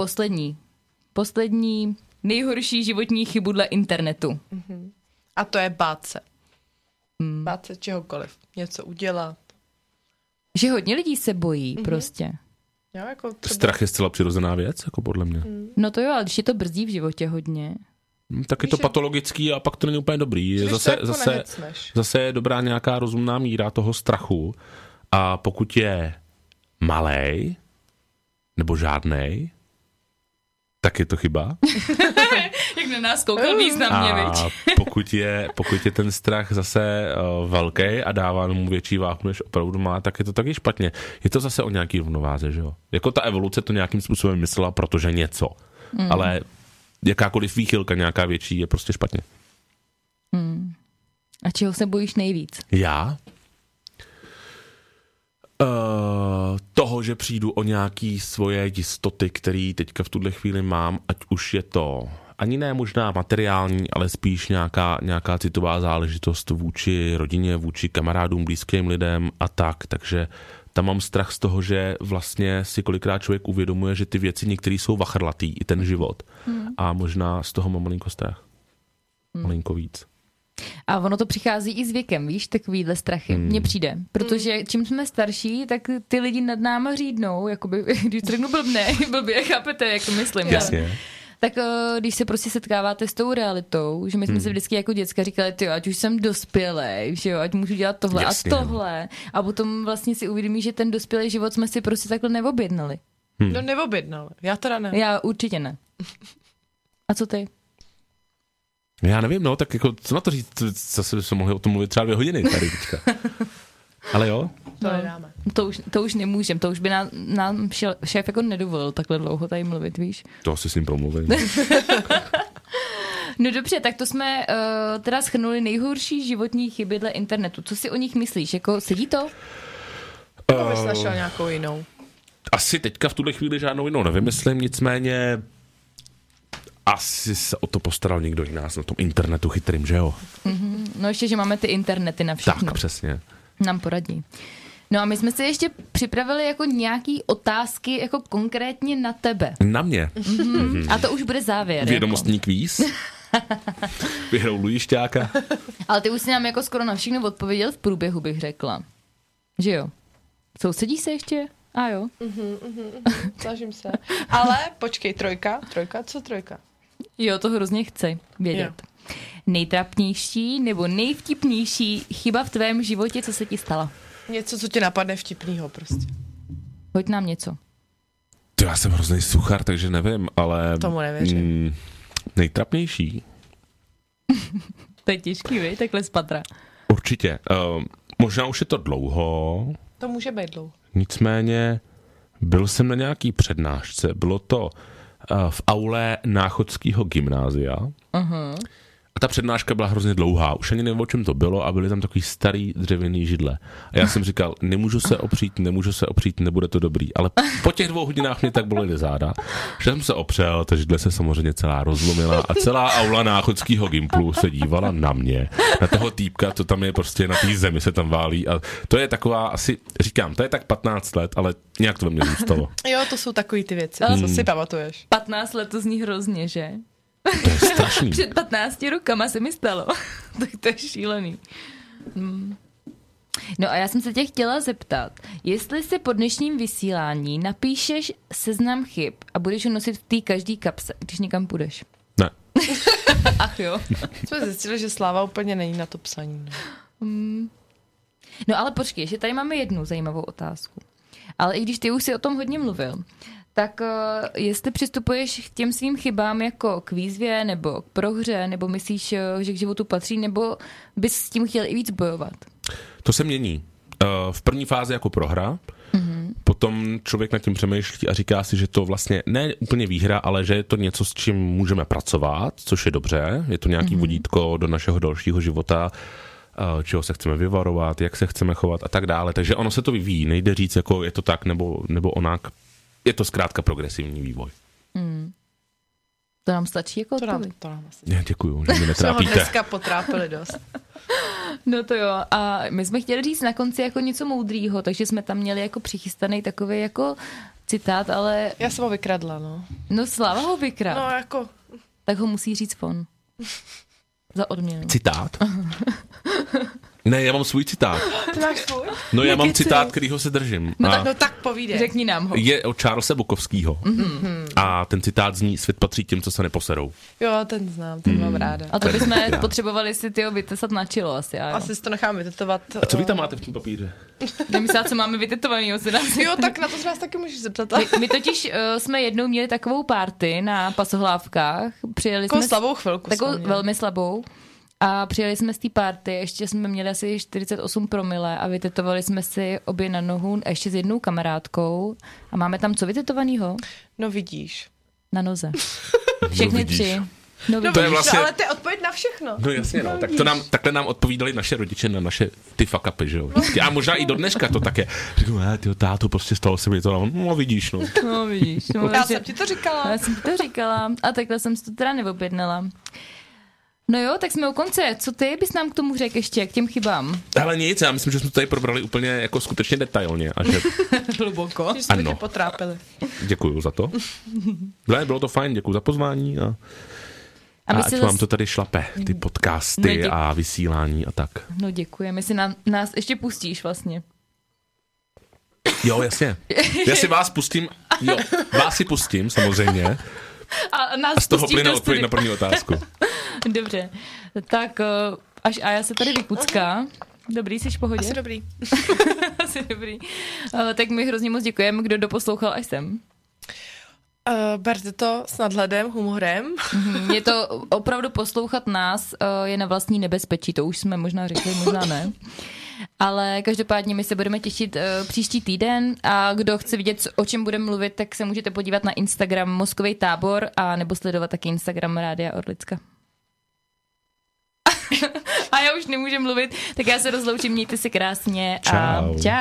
poslední nejhorší životní chybu dle internetu. A to je bát se. Bát se čehokoliv. Něco udělat. Že hodně lidí se bojí prostě. Jo, jako třeba... Strach je zcela přirozená věc, jako podle mě. No to jo, ale když je to brzdí v životě hodně. Tak je to patologický a pak to není úplně dobrý. Zase je dobrá nějaká rozumná míra toho strachu a pokud je malej nebo žádnej, tak je to chyba. Jak na nás koukal významně, a pokud je ten strach zase velký a dává mu větší váhu, než opravdu má, tak je to taky špatně. Je to zase o nějaký rovnováze, že jo? Jako ta evoluce to nějakým způsobem myslela, protože něco. Ale jakákoliv výchylka nějaká větší je prostě špatně. A čeho se bojíš nejvíc? Já? Toho, že přijdu o nějaký svoje jistoty, které teďka v tuhle chvíli mám, ať už je to ani ne možná materiální, ale spíš nějaká citová záležitost vůči rodině, vůči kamarádům, blízkým lidem a tak. Takže tam mám strach z toho, že vlastně si kolikrát člověk uvědomuje, že ty věci některé jsou vachrlatý, i ten život. A možná z toho mám malinko strach. Malinko víc. A ono to přichází i s věkem, víš, takovýhle strachy. Mně přijde. Protože čím jsme starší, tak ty lidi nad náma řídnou, jakoby, když to řeknu blbě, chápete, jak to myslím. Jasně. tak když se prostě setkáváte s tou realitou, že my jsme si vždycky jako děcka říkali, tyjo, ať už jsem dospělej, že jo, ať můžu dělat tohle a tohle. A potom vlastně si uvědomí, že ten dospělý život jsme si prostě takhle neobjednali. No neobjednali, já teda ne. Já určitě ne. A co ty? Já nevím, no, tak jako, co na to říct, zase bychom mohli o tom mluvit třeba 2 hodiny tady teďka. Ale jo. To nedáme. To už nemůžem, to už by nám šéf jako nedovolil takhle dlouho tady mluvit, víš. To asi s ním promluvím. No dobře, tak to jsme teda shrnuli nejhorší životní chyby dle internetu. Co si o nich myslíš? Jako sedí to? To bys našel nějakou jinou. Asi teďka v tuhle chvíli žádnou jinou nevymyslím, nicméně asi se o to postaral někdo jiný nás na tom internetu chytrým, že jo? Mm-hmm. No ještě, že máme ty internety na všechno. Tak, přesně. Nám poradí. No a my jsme si ještě připravili jako nějaký otázky jako konkrétně na tebe. Na mě. Mm-hmm. A to už bude závěr. Vědomostní kvíz. Vyhrou Lujišťáka. Ale ty už si nám jako skoro na všechno odpověděl v průběhu, bych řekla. Že jo? Sousedí se ještě? A jo. Snažím se. Ale počkej, trojka, co trojka? Jo, to hrozně chci vědět. Jo. Nejtrapnější nebo nejvtipnější chyba v tvém životě, co se ti stala? Něco, co ti napadne vtipnýho prostě. Hoď nám něco. To já jsem hrozný suchar, takže nevím, ale... Tomu nevěřím. Nejtrapnější? To je těžký, vej, takhle z patra. Určitě. Možná už je to dlouho. To může být dlouho. Nicméně byl jsem na nějaký přednášce. Bylo to v aule Náchodského gymnázia. Uh-huh. A ta přednáška byla hrozně dlouhá. Už ani nevím, o čem to bylo a byly tam takový starý dřevěný židle. A já jsem říkal, nemůžu se opřít, nebude to dobrý. Ale po těch 2 hodinách mě tak bolely záda, že jsem se opřel, ta židle se samozřejmě celá rozlomila a celá aula Náchodského gymplu se dívala na mě. Na toho týpka, to tam je prostě na té zemi se tam válí. A to je taková asi, říkám, to je tak 15 let, ale nějak to ve mně zůstalo. Jo, to jsou takový ty věci, co si pamatuješ. 15 let to zní hrozně, že? To je strašný. Před 15 rokama se mi stalo. Tak to je šílený. No a já jsem se tě chtěla zeptat, jestli si po dnešním vysílání napíšeš seznam chyb a budeš ho nosit v té každý kapse, když někam půjdeš. Ne. Ach jo. Jsme zjistili, že Sláva úplně není na to psaní. No ale počkej, že tady máme jednu zajímavou otázku. Ale i když ty už si o tom hodně mluvil, tak jestli přistupuješ k těm svým chybám jako k výzvě nebo k prohře, nebo myslíš, že k životu patří, nebo bys s tím chtěl i víc bojovat? To se mění. V první fázi jako prohra, potom člověk nad tím přemýšlí a říká si, že to vlastně ne úplně výhra, ale že je to něco, s čím můžeme pracovat, což je dobře, je to nějaký vodítko do našeho dalšího života, čeho se chceme vyvarovat, jak se chceme chovat a tak dále. Takže ono se to vyvíjí, nejde říct, jako je to tak nebo onak. Je to zkrátka progresivní vývoj. To nám stačí jako odpověď? To nám asi. Děkuju, že mě netrápíte. Jsme ho dneska potrápili dost. No to jo. A my jsme chtěli říct na konci jako něco moudrýho, takže jsme tam měli jako přichystaný takový jako citát, ale... Já jsem ho vykradla, no. No Sláva ho vykradl. No jako... Tak ho musí říct on. Za odměnu. Citát? Ne, já mám svůj citát. Ty máš svůj? No já mám citát, kterýho se držím. No tak povídej. Řekni nám ho. Je od Charlesa Bukowského. A ten citát zní, svět patří těm, co se neposerou. Jo, ten znám, ten mám ráda. A to bychom potřebovali si tyho vytesat na čelo asi. Asi si to nechám vytetovat. A co vy tam máte v tom papíře? Nemyslím, co máme vytetovanýho. Jo, tak na to se vás taky můžeš zeptat. My totiž jsme jednou měli takovou party na Pasohlávkách. Přijeli takovou jsme slabou chvilku. Takovou velmi slabou. A přijeli jsme z té party, ještě jsme měli asi 48 promile a vytetovali jsme si obě na nohu ještě s jednou kamarádkou. A máme tam co vytetovanýho? No vidíš. Na noze. Všechny 3. No, to je vlastně... ale to je odpověď na všechno. No jasně, no. Tak takhle nám odpovídali naše rodiče na naše ty fuck upy, že jo. A možná i do dneška to tak je. Řeknu, tyjo, táto, prostě stalo se mi to. No vidíš, no. No vidíš. No, já jsem ti to říkala. Já jsem ti to říkala. A takhle jsem si to teda neobjednala. No jo, tak jsme u konce. Co ty bys nám k tomu řekl ještě, k těm chybám? Ale nic, já myslím, že jsme to tady probrali úplně jako skutečně detailně. A že... Hluboko. Že jsme tě potrápili. Děkuju za to. Bylo to fajn, děkuju za pozvání. A ať vám to tady šlape, ty podcasty a vysílání a tak. No děkuji, my si nás ještě pustíš vlastně. Jo, jasně. Já si vás pustím, vás si pustím, samozřejmě. A nás z toho pustíš plyne do odpověď studia. na první otázku. Dobře, tak až Aja se tady vykucká. Dobrý, jsi v pohodě? Asi dobrý. Asi dobrý. Tak my hrozně moc děkujeme, kdo doposlouchal až sem. Berte to s nadhledem, humorem. Je to opravdu poslouchat nás je na vlastní nebezpečí, to už jsme možná řekli, možná ne. Ale každopádně my se budeme těšit příští týden a kdo chce vidět, o čem budeme mluvit, tak se můžete podívat na Instagram Mozkový tábor a nebo sledovat taky Instagram Rádia Orlicka. A já už nemůžu mluvit, tak já se rozloučím, mějte se krásně a Čau. čau.